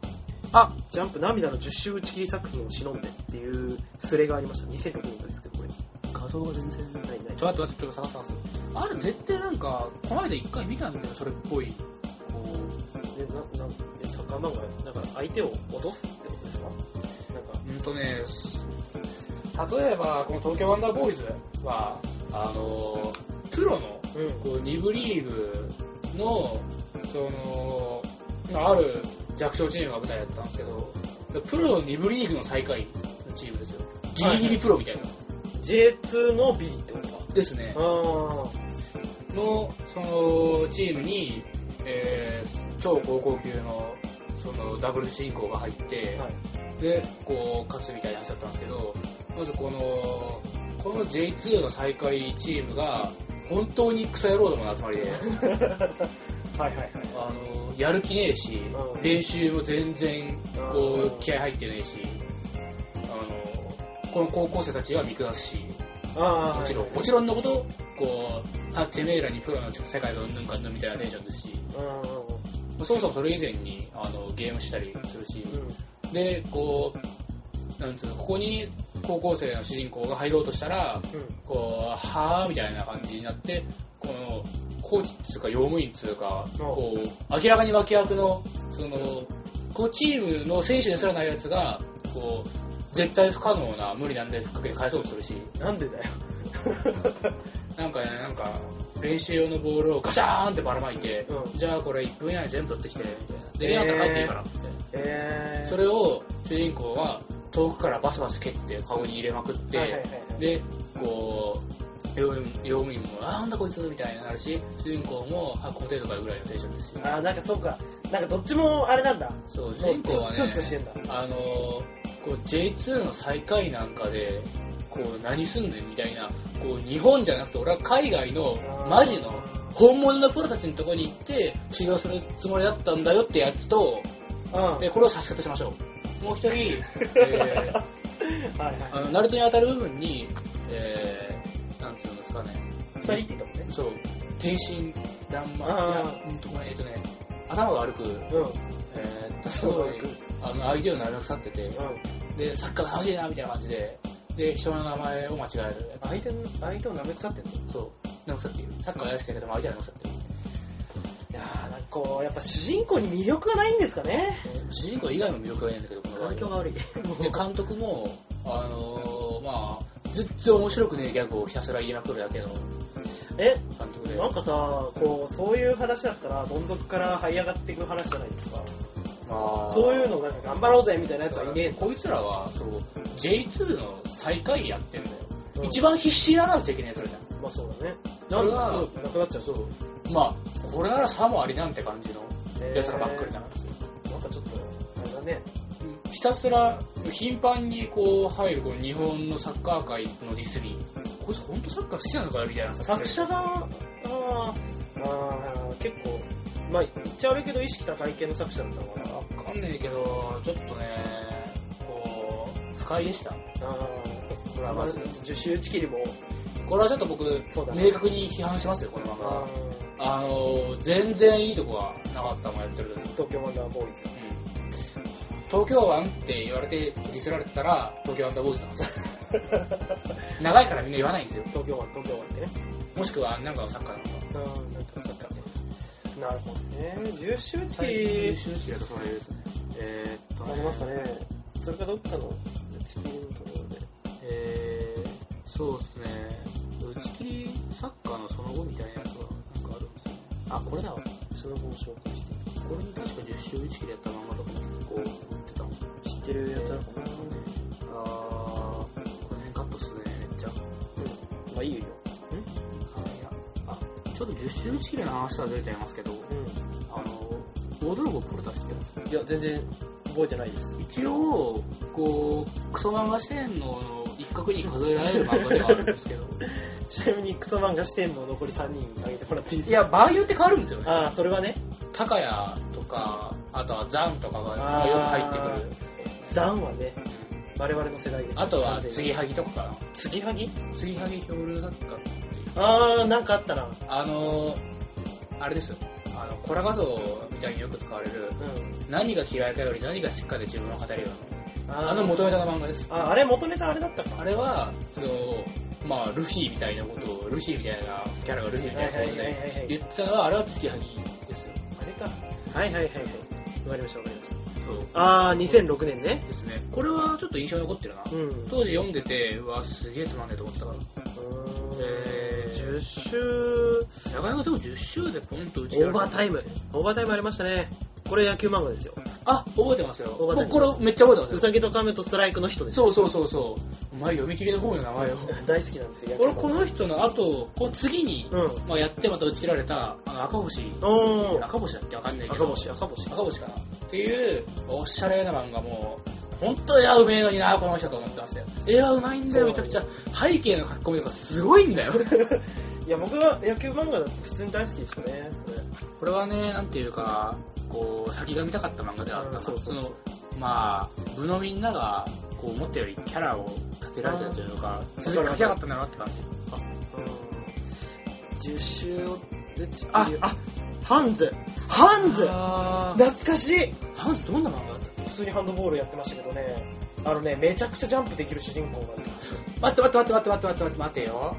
ジャンプ涙の10周打ち切り作品を忍んでっていうスレがありました。2006年ですけど、これ。 画像が全然ない。ちょっと探す。あれ絶対なんか、この間一回見たんだよ、それっぽい。 サッカー漫画、なんか相手を脅すってことですか？ 例えば、この東京ワンダーボーイズは、プロの、2部リーグの、ある弱小チームが舞台だったんですけど、プロの2部リーグの最下位のチームですよ。ギリギリプロみたいな。 J2 の B ってことか。 ですね。の、そのチームに、超高校級の、ダブル主人公が入って、で、勝つみたいな話だったんですけど、まずこの J2 の最下位チームが、本当にクソ野郎どもの集まりで、やる気ねえし、練習も全然気合入ってねえし、この高校生たちは見下すし、もちろんのこと、てめえらにプロの世界がうんぬんかんぬんみたいなテンションですし、そもそもそれ以前にゲームしたりするし、で、なんつうの、ここに高校生の主人公が入ろうとしたら、はぁみたいな感じになって、このコーチっつうか用務員っつうか、明らかに脇役の、チームの選手ですらないやつが、絶対不可能な無理なんでふっかけて返そうとするし。 なんでだよ。 なんか練習用のボールをガシャーンってばらまいて、じゃあこれ1分以内に全部取ってきて、で、やったら帰っていいからって。それを主人公は遠くからバスバス蹴って顔に入れまくって、で、用務員も、なんだこいつみたいになるし、主人公も、この程度かぐらいのテンションですし。 なんかそうか。なんかどっちもあれなんだ。 そう、主人公はね、J2 の最下位なんかで、何すんねんみたいな、日本じゃなくて俺は海外のマジの本物のプロたちのところに行って修行するつもりだったんだよってやつと、でこれを差し方しましょう。もう一人、ナルトに当たる部分に、なんていうんですかね。 二人って言ったもんね。 そう、天真爛漫。頭が悪く、すごい、相手をなめ腐ってて、で、サッカー楽しいなみたいな感じで、で、人の名前を間違える。 相手をなめ腐ってんの？ そう。なめ腐っている。サッカーやらしくないけど、相手はなめ腐っている。 いやー、なんかやっぱ主人公に魅力がないんですかね。 主人公以外の魅力がないんだけど、この環境が悪い。で、 監督も、全然面白くねえギャグをひたすら言いまくるだけの監督で。 なんかさ、そういう話だったら、どん底から這い上がっていく話じゃないですか。そういうのなんか頑張ろうぜみたいなやつはいねえ。 こいつらはJ2 の最下位やってんだよ。一番必死にならなきゃいけないやつらじゃん。 まあそうだね。 それがなくなっちゃう。 これならさもありなんて感じのやつらばっかりなんですよ。 なんかちょっとあれだね。 ひたすら頻繁にこう入るこの日本のサッカー界のディスリー、こいつ本当サッカー好きなのかなみたいな。 作者が結構まあ言っちゃ悪いけど意識高い系の作者だったのかな。 わかんないけどちょっとねこう不快でした。これはまず受賞打ち切りもこれはちょっと僕、明確に批判しますよこの漫画。全然いいとこはなかったもんやってる時。 東京ワンダーボーイズ。 東京湾って言われてディスられてたら東京ワンダーボーイズなんですよ。長いからみんな言わないんですよ。 東京湾ってね。 もしくはなんかサッカーなのか。 なんかサッカーね。なるほどね。10周打ち切り。 10周打ち切りだとそれですね。 ありますかね。それかどっかの打ち切りのところで。 そうですね。打ち切りサッカーのその後みたいなやつはなんかあるんですよね。 あ、これだわ。その後も紹介してる。 これに確か10周打ち切りやった漫画とかも結構売ってたもん。 知ってるやつあるかな。 この辺カットっすね、めっちゃ。 まあいいよ。 ちょっと10周打ち切りの話はずれちゃいますけど、大泥棒ポルタ知ってます？ いや、全然覚えてないです。 一応、こう、クソ漫画四天王の一角に数えられる漫画ではあるんですけど。 ちなみにクソ漫画四天王残り3人挙げてもらっていいですか？ いや、場合によって変わるんですよね。 ああ、それはね。 高谷とか、あとはザンとかがよく入ってくる。 ザンはね、我々の世代です。 あとは、継ぎはぎとかかな。 継ぎはぎ？ 継ぎはぎ漂流作家っていう。 なんかあったな。 あれですよ。コラ画像みたいによく使われる、何が嫌いかより何が好きかで自分を語るような。元ネタの漫画です。 あれ元ネタあれだったか。 あれは、まあ、ルフィみたいなことを、ルフィみたいなキャラがルフィみたいなことで言ってたのは、あれは継ぎはぎですよ。 あれか。はい。わかりました。 そう。 2006年ね。 ですね。これはちょっと印象に残ってるな。当時読んでて、すげえつまんねえと思ってたから。 10周。 なかなかでも10周でポンと打ち切られる。オーバータイムありましたね。これ野球漫画ですよ。 あ、覚えてますよ。僕これめっちゃ覚えてますよ。 ウサギとカメとストライクの人ですよ。そう。お前読み切りの方の名前を。 大好きなんですよ。 俺この人の後、次に、やってまた打ち切られた赤星。赤星だっけわかんないけど。赤星かな。っていうおしゃれな漫画も。本当絵はうめえのにな、この人と思ってましたよ。絵はうまいんだよ、めちゃくちゃ。背景の書き込みとかすごいんだよ。 いや、僕は野球漫画だって普通に大好きでしたね。 これはね、なんていうか、こう、先が見たかった漫画ではあったから、まあ、部のみんなが、こう、思ったよりキャラを立てられてるというのか、続き書きやがったんだなって感じ。10周を、ハンズ懐かしい。 ハンズどんな漫画だった？ 普通にハンドボールやってましたけどね、めちゃくちゃジャンプできる主人公がいて。 待てよ。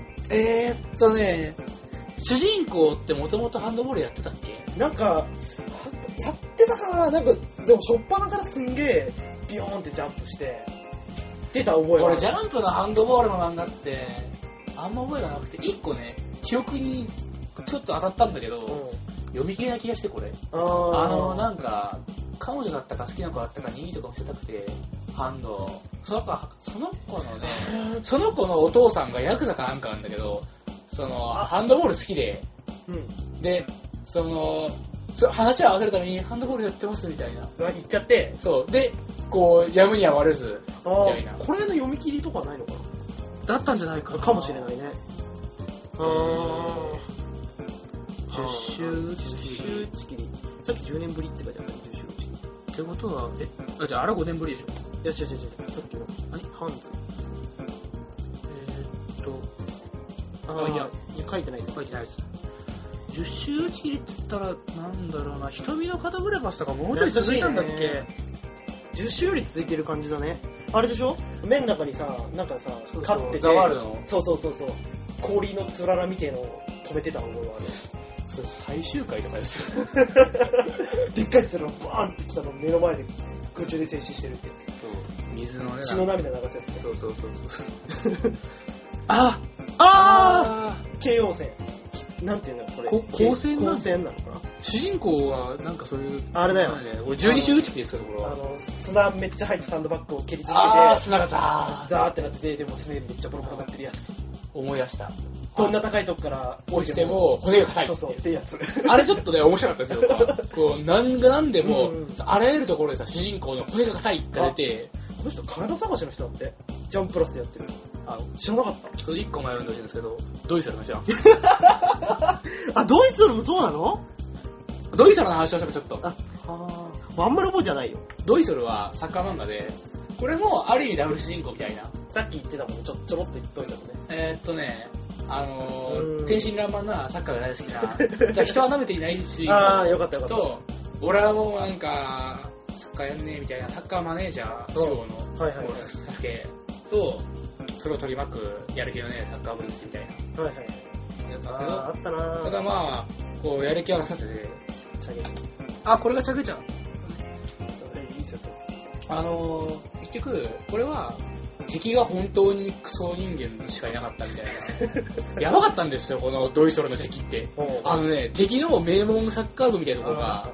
主人公ってもともとハンドボールやってたっけ？ なんか、やってたかな。なんか、でも、しょっぱなからすんげえ、ビヨーンってジャンプして、出た覚えがある。 俺、ジャンプのハンドボールの漫画って、あんま覚えがなくて、1個ね、記憶にちょっと当たったんだけど、読み切れない気がして、これ。なんか、彼女だったか好きな子だったかにいいとか見せたくて、ハンド。その子のお父さんがヤクザかなんかなんだけど、ハンドボール好きで、で、話を合わせるためにハンドボールやってますみたいな。 言っちゃって。 そう。で、こう、やむには割れず、みたいな。 これの読み切りとかないのかな？ だったんじゃないかな。 かもしれないね。 10周打ち切り。さっき10年ぶりって書いてあったね、10周打ち切り。 ってことは、じゃあ、あれ5年ぶりでしょ？ いや、違う。さっきの。ハンズ。いや、書いてないです。 10周打ち切りって言ったら、なんだろうな、瞳の肩ブレバスとかもうちょい続いたんだっけ ？10周より続いてる感じだね。あれでしょ？目の中にさ、なんかさ、勝ってて。 ザワールドの。 そう。氷のつららみてえのを止めてた覚えがある。 それ最終回とかですよ。 でっかいつらがバーンって来たの目の前で空中で静止してるってやつ。 そう。水のね。 血の涙流すやつ。 そう。 京王線。なんていうんだこれ。 光線なのかな？ 主人公はなんかそういう。 あれだよ。 俺12周打ち切りですよ、これは。 砂めっちゃ入ったサンドバッグを蹴り続けて。 砂がザーってなってて、でもスネールめっちゃボロボロになってるやつ。 思い出した。 どんな高いとこから落ちても骨が硬い。 そうそうってやつ。 あれちょっとね、面白かったですよ。こうなんでも、あらゆるところでさ、主人公の骨が硬いって出て、 この人体探しの人だって、ジャンプラスでやってる。知らなかった。 それ1個前やるんでほしいんですけど、ドイソルのじゃん。 あ、ドイソルもそうなの？ ドイソルの話をしたらちょっと。 あんまり覚えじゃないよ。 ドイソルはサッカー漫画で、これもある意味ダブル主人公みたいな。 さっき言ってたもんね、ちょろっと言っといたもんね。 天真爛漫なサッカーが大好きな、人は舐めていない主人公と、俺はもうなんか、サッカーやんねえみたいな、サッカーマネージャー志望のサスケと、それを取り巻くやる気のね、サッカー分子みたいな。やったんですけど、 あったな。 ただまあ、こう、やる気はなさせて、これがチャゲちゃん。結局、これは、敵が本当にクソ人間しかいなかったみたいな。やばかったんですよ、このドイソルの敵って。敵の名門サッカー部みたいなところが、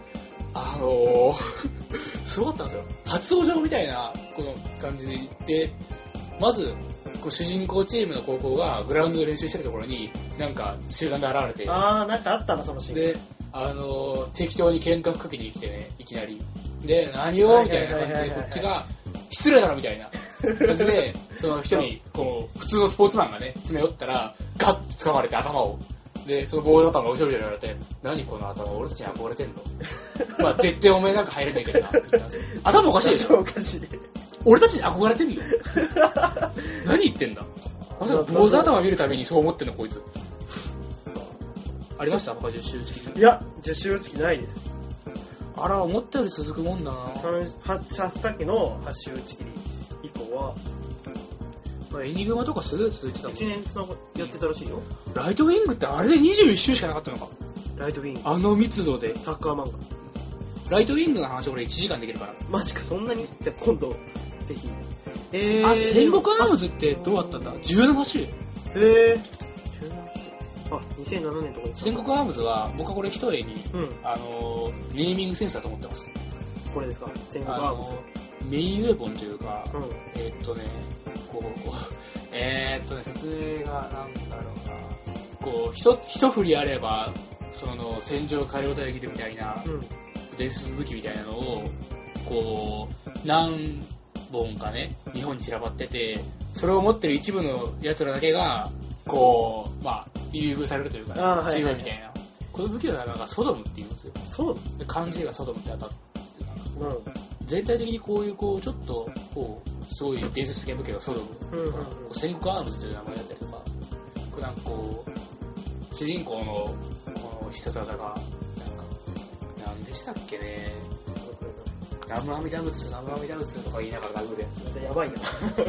すごかったんですよ。初登場みたいな、この感じで行って、まず、主人公チームの高校がグラウンドで練習してるところに、なんか集団で現れて。 なんかあったな、そのシーン。 で、適当に喧嘩かけに来てね、いきなり。で、何をみたいな感じで、こっちが、失礼だろみたいな感じで、その一人、こう、普通のスポーツマンがね、詰め寄ったら、ガッと掴まれて頭を。で、その棒頭が後ろにやられて、何この頭、俺たちに憧れてんのまあ、絶対お前なんか入れないけどな、って言ったんですよ。頭おかしいでしょ？ おかしい。 俺たちに憧れてんの何言ってんだ？まさか坊主頭見るためにそう思ってんのこいつ。ありました他10周打ち切り。 いや、10周打ち切りないです。 あら、思ったより続くもんだな。 さっきの8周打ち切り以降は、 エニグマとかすぐ続いてたもん。 1年やってたらしいよ。 ライトウィングってあれで21周しかなかったのか。 ライトウィング。 あの密度で。 サッカー漫画。 ライトウィングの話俺1時間できるから。 マジか、そんなに？じゃあ今度、ぜひ。 戦国アームズってどうだったんだ ?17 周。 17周。2007年とかですか？ 戦国アームズは、僕はこれ一重に、ネーミングセンスだと思ってます。 これですか？戦国アームズ。 メインウェポンというか、説明がなんだろうな。こう、一振りあれば、戦場改良隊できるみたいな、伝説武器みたいなのを、こう、何本かね、日本に散らばってて、それを持ってる一部の奴らだけが、こう、優遇されるというか、強いみたいな。この武器はなんかソドムって言うんですよ。 ソドム？ 漢字がソドムって当たって全体的にこういう、ちょっと、すごい伝説的な武器がソドム。戦国アームズという名前だったりとか、なんか主人公のこの必殺技が、なんでしたっけね。ナムアミダムツとか言いながら殴るやつ。 やばいな。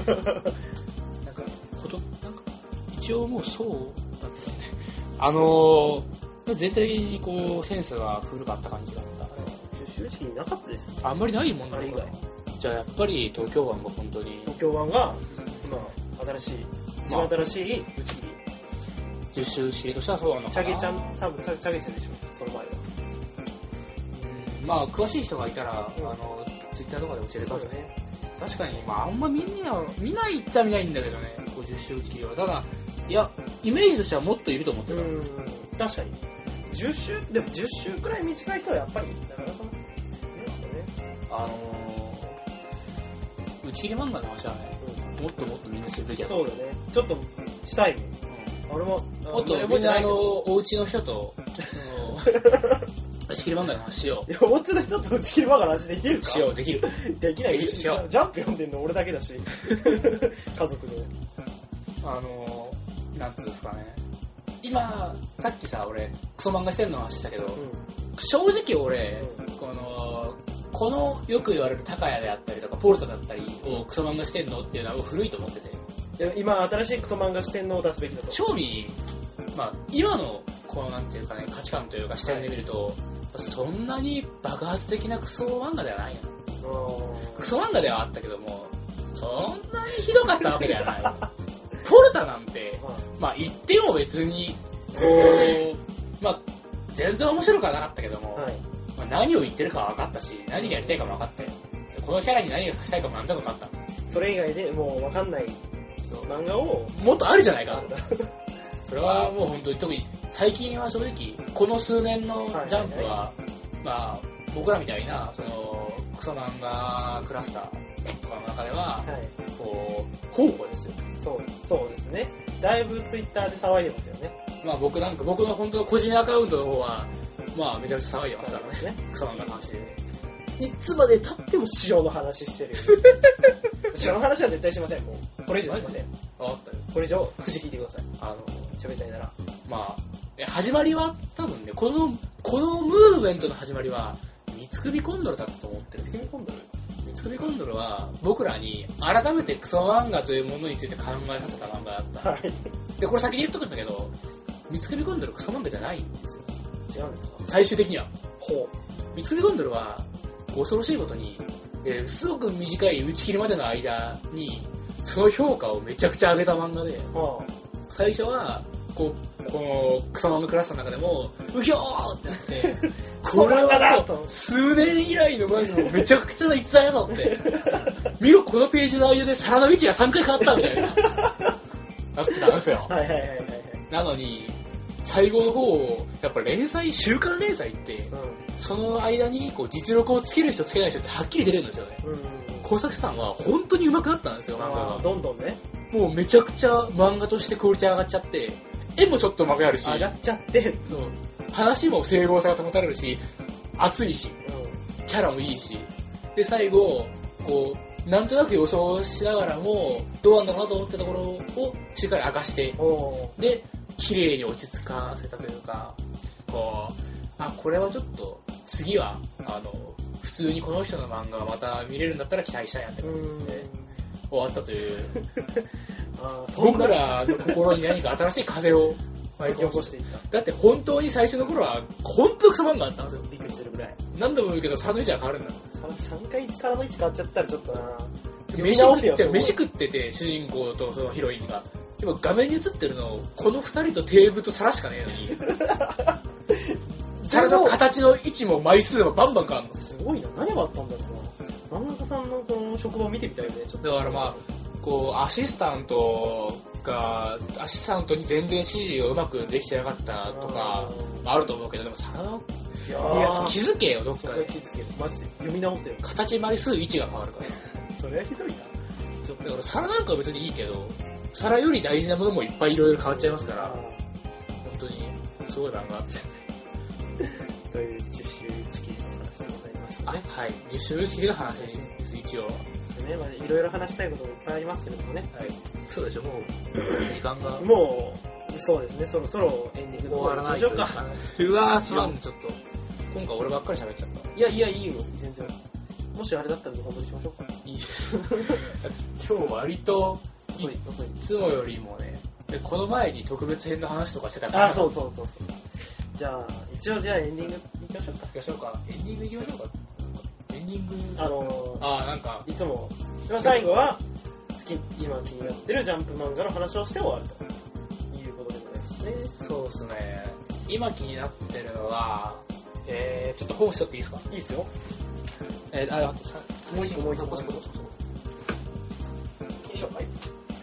一応もうそうだったよね。全体的にセンスが古かった感じだった。 10周打ち切りなかったです。 あんまりないもんなのかな。じゃあやっぱり東京湾が本当に。 東京湾が今一番新しい打ち切り。 10周打ち切りとしてはそうなのかな。 チャゲちゃん、多分チャゲちゃんでしょ、その前は。 詳しい人がいたら、ツイッターとかで教えてくださいね。確かに、あんま見ないっちゃ見ないんだけどね、10周打ち切りは。ただ、いや、イメージとしてはもっといると思ってた。確かに。10周、でも10周くらい短い人はやっぱり、なかなかいないですよね。 打ち切り漫画の話はね、もっともっとみんなするべきだと。 そうだね。ちょっとしたいもん。俺も、 もっとみんなお家の人と、打ち切り漫画の話しよう。 いや、お家の人と打ち切り漫画の話できるか？ できる。 できない。ジャンプ読んでんの俺だけだし。家族で。 なんつうんですかね。今、さっきさ、俺、クソ漫画してんの話したけど、正直俺、このよく言われる高谷であったりとか、ポルトだったりをクソ漫画してんのっていうのは古いと思ってて。 今、新しいクソ漫画してんのを出すべきだと。 正味、今の、なんていうかね、価値観というか視点で見ると、そんなに爆発的なクソ漫画ではないな。クソ漫画ではあったけども、そんなにひどかったわけではない。ポルタなんて、言っても別に、全然面白くはなかったけども、何を言ってるかは分かったし、何がやりたいかも分かって、このキャラに何がさせたいかもなんとなく分かった。 それ以外でもう分かんない漫画をもっとあるじゃないかと。それはもう本当に特に最近は正直この数年のジャンプは、まあ僕らみたいなそのクソ漫画クラスターとかの中では、こう宝庫ですよ。 そうですね。だいぶツイッターで騒いでますよね。 まあ僕の本当の個人アカウントの方はまあめちゃくちゃ騒いでますからね。クソ漫画の話で。 いつまで経っても塩の話してるよ。塩の話は絶対しません。もうこれ以上しません。 分かったよ。 これ以上くじ引いてください。喋りたいなら。 まあ始まりは多分ねこのムーブメントの始まりは三つ首コンドルだったと思ってるんです。三つ首コンドルは僕らに改めてクソ漫画というものについて考えさせた漫画だった。はい。でこれ先に言っとくんだけど、三つ首コンドルクソ漫画じゃないんですよ。 違うんですか？ 最終的には。三つ首コンドルは恐ろしいことに、すごく短い打ち切りまでの間にその評価をめちゃくちゃ上げた漫画で、最初はこのクソ漫画クラスの中でもうひょーってなってこれは数年以来の前のめちゃくちゃな逸材だぞって見ろこのページの間で皿の位置が3回変わったみたいななってたんですよ。なのに最後の方やっぱ週刊連載って、その間にこう実力をつける人つけない人ってはっきり出るんですよね。小崎さんは本当に上手くなったんですよ、漫画が。 どんどんね。 もうめちゃくちゃ漫画としてクオリティ上がっちゃって、絵もちょっと上手くなるし、 上がっちゃって、 話も整合さが保たれるし、熱いし、キャラもいいし、で最後こうなんとなく予想しながらもどうなんだろうなと思ったところをしっかり明かして、で綺麗に落ち着かせたというか、これはちょっと次は普通にこの人の漫画がまた見れるんだったら期待したいなって感じで終わったという僕らの心に何か新しい風を巻き起こしていった。だって本当に最初の頃は本当にクソ漫画あったんですよ。 びっくりするぐらい。 何度も言うけど皿の位置が変わるんだ。 3回皿の位置変わっちゃったらちょっとな。 飯食ってて主人公とそのヒロインが今画面に映ってるのこの2人とテーブルと皿しかねえのに皿の形の位置も枚数もバンバン変わるの。 すごいな。何があったんだろうな。漫画家さんのこの職場を見てみたいよね。ちょっとだからまあこうアシスタントに全然指示をうまくできてなかったとかあると思うけど、でも皿の気づけよどっかで。 気づけよマジで読み直せよ。 形枚数位置が変わるからそれはひどいな。 ちょっとだから皿なんかは別にいいけど、皿より大事なものもいっぱいいろいろ変わっちゃいますから、本当にすごい漫画という10周チキンの話でございましたね。 はい、10周チキンの話です一応。 ね、まあ、いろいろ話したいこともいっぱいありますけれどもね。 はい。そうでしょ、もう時間がもうそうですね。そろそろエンディングの終わらないというか。うわーすまん、ちょっと今回俺ばっかり喋っちゃった。 いやいいよ全然。もしあれだったら本当にしましょうか。 いいです。今日割と遅い。 いつもよりもね。でこの前に特別編の話とかしてたから。 そう。じゃあエンディング行きましょうか。 エンディング行きましょうか。エンディングなんかいつも最後は今気になってるジャンプ漫画の話をして終わるということでございますね。 そうですね。今気になってるのはちょっと本しとっていいですか？ いいですよ。 もう一個。よいしょ。はい。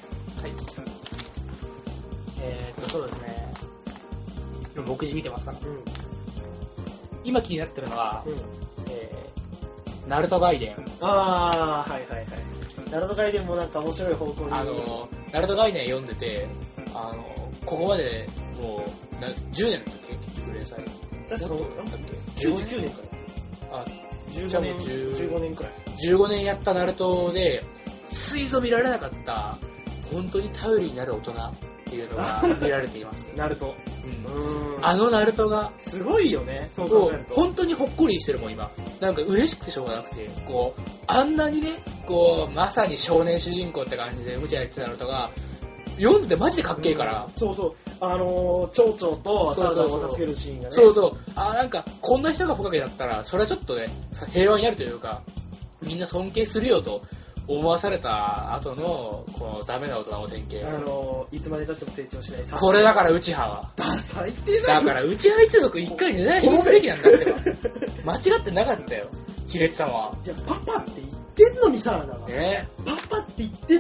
そうですね。目次見てますから。今気になってるのは、ナルトガイデン。 はい。ナルトガイデンもなんか面白い方向に。 ナルトガイデン読んでて、ここまでもう10年の時結局連載。 確かそうだっけ？19年くらい。15年くらい。 15年やったナルトで、ついぞ見られなかった、本当に頼りになる大人っていうのが見られています。 ナルト。 ナルトが。 すごいよね、そう考えると。 本当にほっこりしてるもん、今。なんか嬉しくてしょうがなくて、あんなにね、まさに少年主人公って感じで無茶やってたナルトが、読んでてマジでかっけえから。 そう。蝶々とサラダを助けるシーンがね。 そう。なんか、こんな人がホカゲだったら、それはちょっとね、平和になるというか、みんな尊敬するよと思わされた後の、このダメな大人の典型。 いつまで経っても成長しない。 これだから内派は。 最低だよ。 だから内派一族一回根絶やしにすべきなんだってば。間違ってなかったよ、ヒレツ様は。 いや、パパって言ってんのにさ、 ね。 パパって言ってんのに。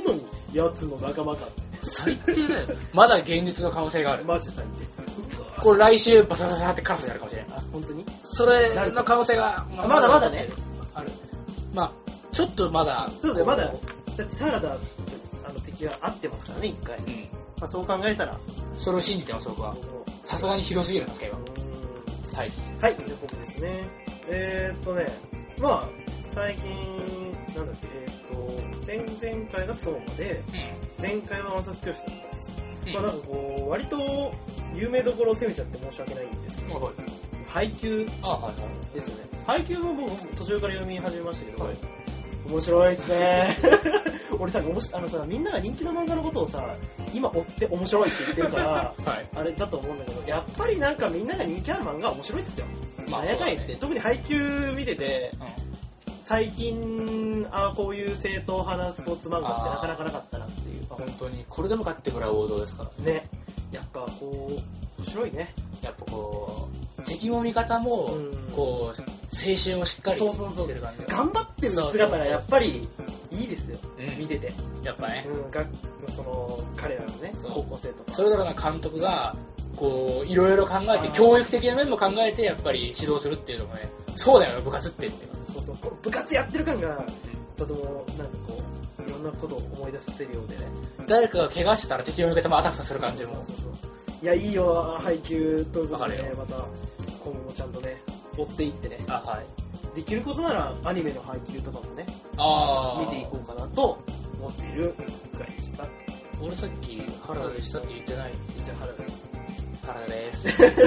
やつの仲間か。 最低だよ。まだ現実の可能性がある。 マジ最低。 これ来週バサバサってカラスになるかもしれない。 あ、本当に？ それの可能性が、 まだね。 ある。まあ、ちょっとまだ。 そうだよ、まだ。だってサラダと敵が合ってますからね、一回。まあ、そう考えたら。 それを信じてます、僕は。さすがにひどすぎるんですけど。はい。 はい、じゃあ僕ですね。まあ、最近、なんだっけ、前々回が相馬で、前回は暗殺教室だったんですよ。まあなんかこう、割と有名どころを攻めちゃって申し訳ないんですけど、配給ですよね。配給も僕途中から読み始めましたけど、面白いですね。俺さ、みんなが人気の漫画のことをさ、今追って面白いって言ってるから、あれだと思うんだけど、やっぱりなんかみんなが人気ある漫画は面白いっすよ。なんやかん言って、特に配給見てて、最近こういう正統派なスポーツ漫画ってなかなかなかったなっていう。 本当にこれでもかってぐらい王道ですからね。やっぱこう面白いね。 やっぱこう敵も味方もこう青春をしっかりしてる感じ。 頑張ってる姿がやっぱりいいですよ。見てて。 やっぱね。 その彼らのね高校生とか。 それぞれの監督がこういろいろ考えて教育的な面も考えてやっぱり指導するっていうのもね。そうだよ部活ってって。 そうこの部活やってる感がとてもなんかこういろんなことを思い出させるようでね。 誰かが怪我したら敵の味方もアタックする感じも。 いやいいよ配給ということでねまた今後もちゃんとね追っていってね。できることならアニメの配給とかもね見ていこうかなと思っているくらいでした。 俺さっき原田でしたって言ってない。 じゃあ原田です。 原田です。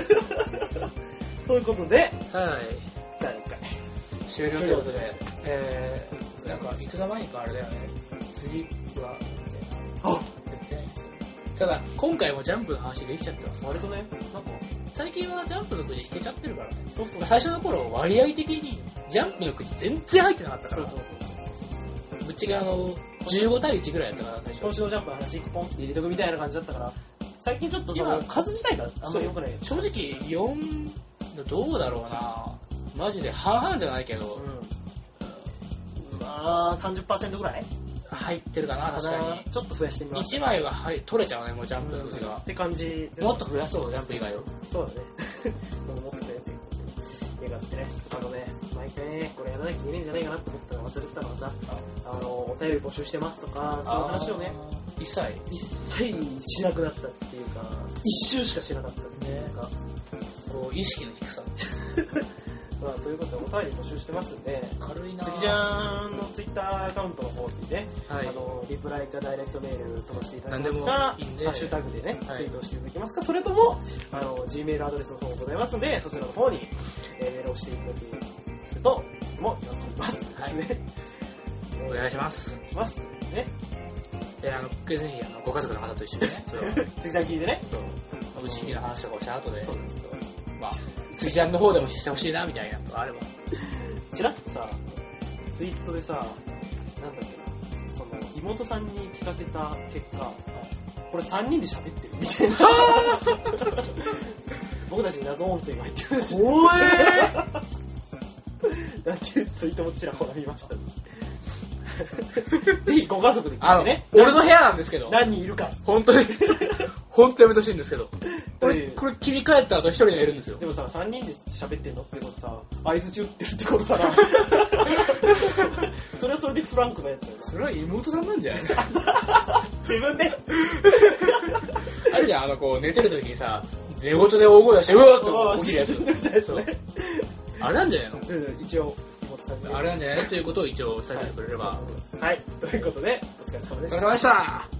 ということで第1回終了ということで、なんかいつの間にかあれだよね。次は言ってないんですよ。ただ今回もジャンプの話できちゃってます。 割とね、なんか最近はジャンプのくじ引けちゃってるからね。最初の頃割合的にジャンプのくじ全然入ってなかったから。ぶっちが15対1ぐらいやったから最初。 今週のジャンプの話1本って入れとくみたいな感じだったから、最近ちょっとその数自体があんまり良くない。 正直4どうだろうな。マジで半々じゃないけど、 まあ 30% ぐらい入ってるかな。確かにちょっと増やしてみます。 1枚は取れちゃうね、もうジャンプのくじがって感じ。 もっと増やそう、ジャンプ以外を。 そうだね。もっと増やして願ってね。毎回ねこれやらなきゃいけないんじゃないかなって思ったら忘れてたのはさ、お便り募集してますとかそういう話をね一切しなくなったっていうか、一周しかしなかったっていうか、 こう意識の低さ。 まあ、ということでお便り募集してますんで、 軽いな。 関ちゃんのツイッターアカウントの方にね、リプライかダイレクトメール飛ばしていただけますか、ハッシュタグでね、ツイートしていただけますか、それともGmail アドレスの方もございますので、そちらの方にメールをしていただけますととても喜びます。 お願いします。 お願いします。ね。 ぜひご家族の方と一緒にね、それをツイッター聞いてね、 打ち切りの話とかをした後で、まあつきちゃんの方でもしてほしいなみたいなのがあれば。 ちらっとさ、ツイートでさ、なんだっけな、その妹さんに聞かせた結果、これ3人で喋ってるみたいな。僕たちに謎音声が入ってるらしい。なんていうツイートもちらほら見ました。ぜひご家族で聞いてね。 俺の部屋なんですけど。 何人いるか。 本当にやめてほしいんですけど。これ切り替えた後一人でいるんですよ。 でもさ、3人で喋ってんのってことさ、相づち打ってるってことかな。それはそれでフランクなやつだよ。 それは妹さんなんじゃない？ 自分で。 あれじゃん、こう寝てる時にさ、寝言で大声出して、うわーって起きるやつ。あれなんじゃないの？ 一応。 あれなんじゃないのということを一応伝えてくれれば。 はい、ということでお疲れ様でした。 お疲れ様でした。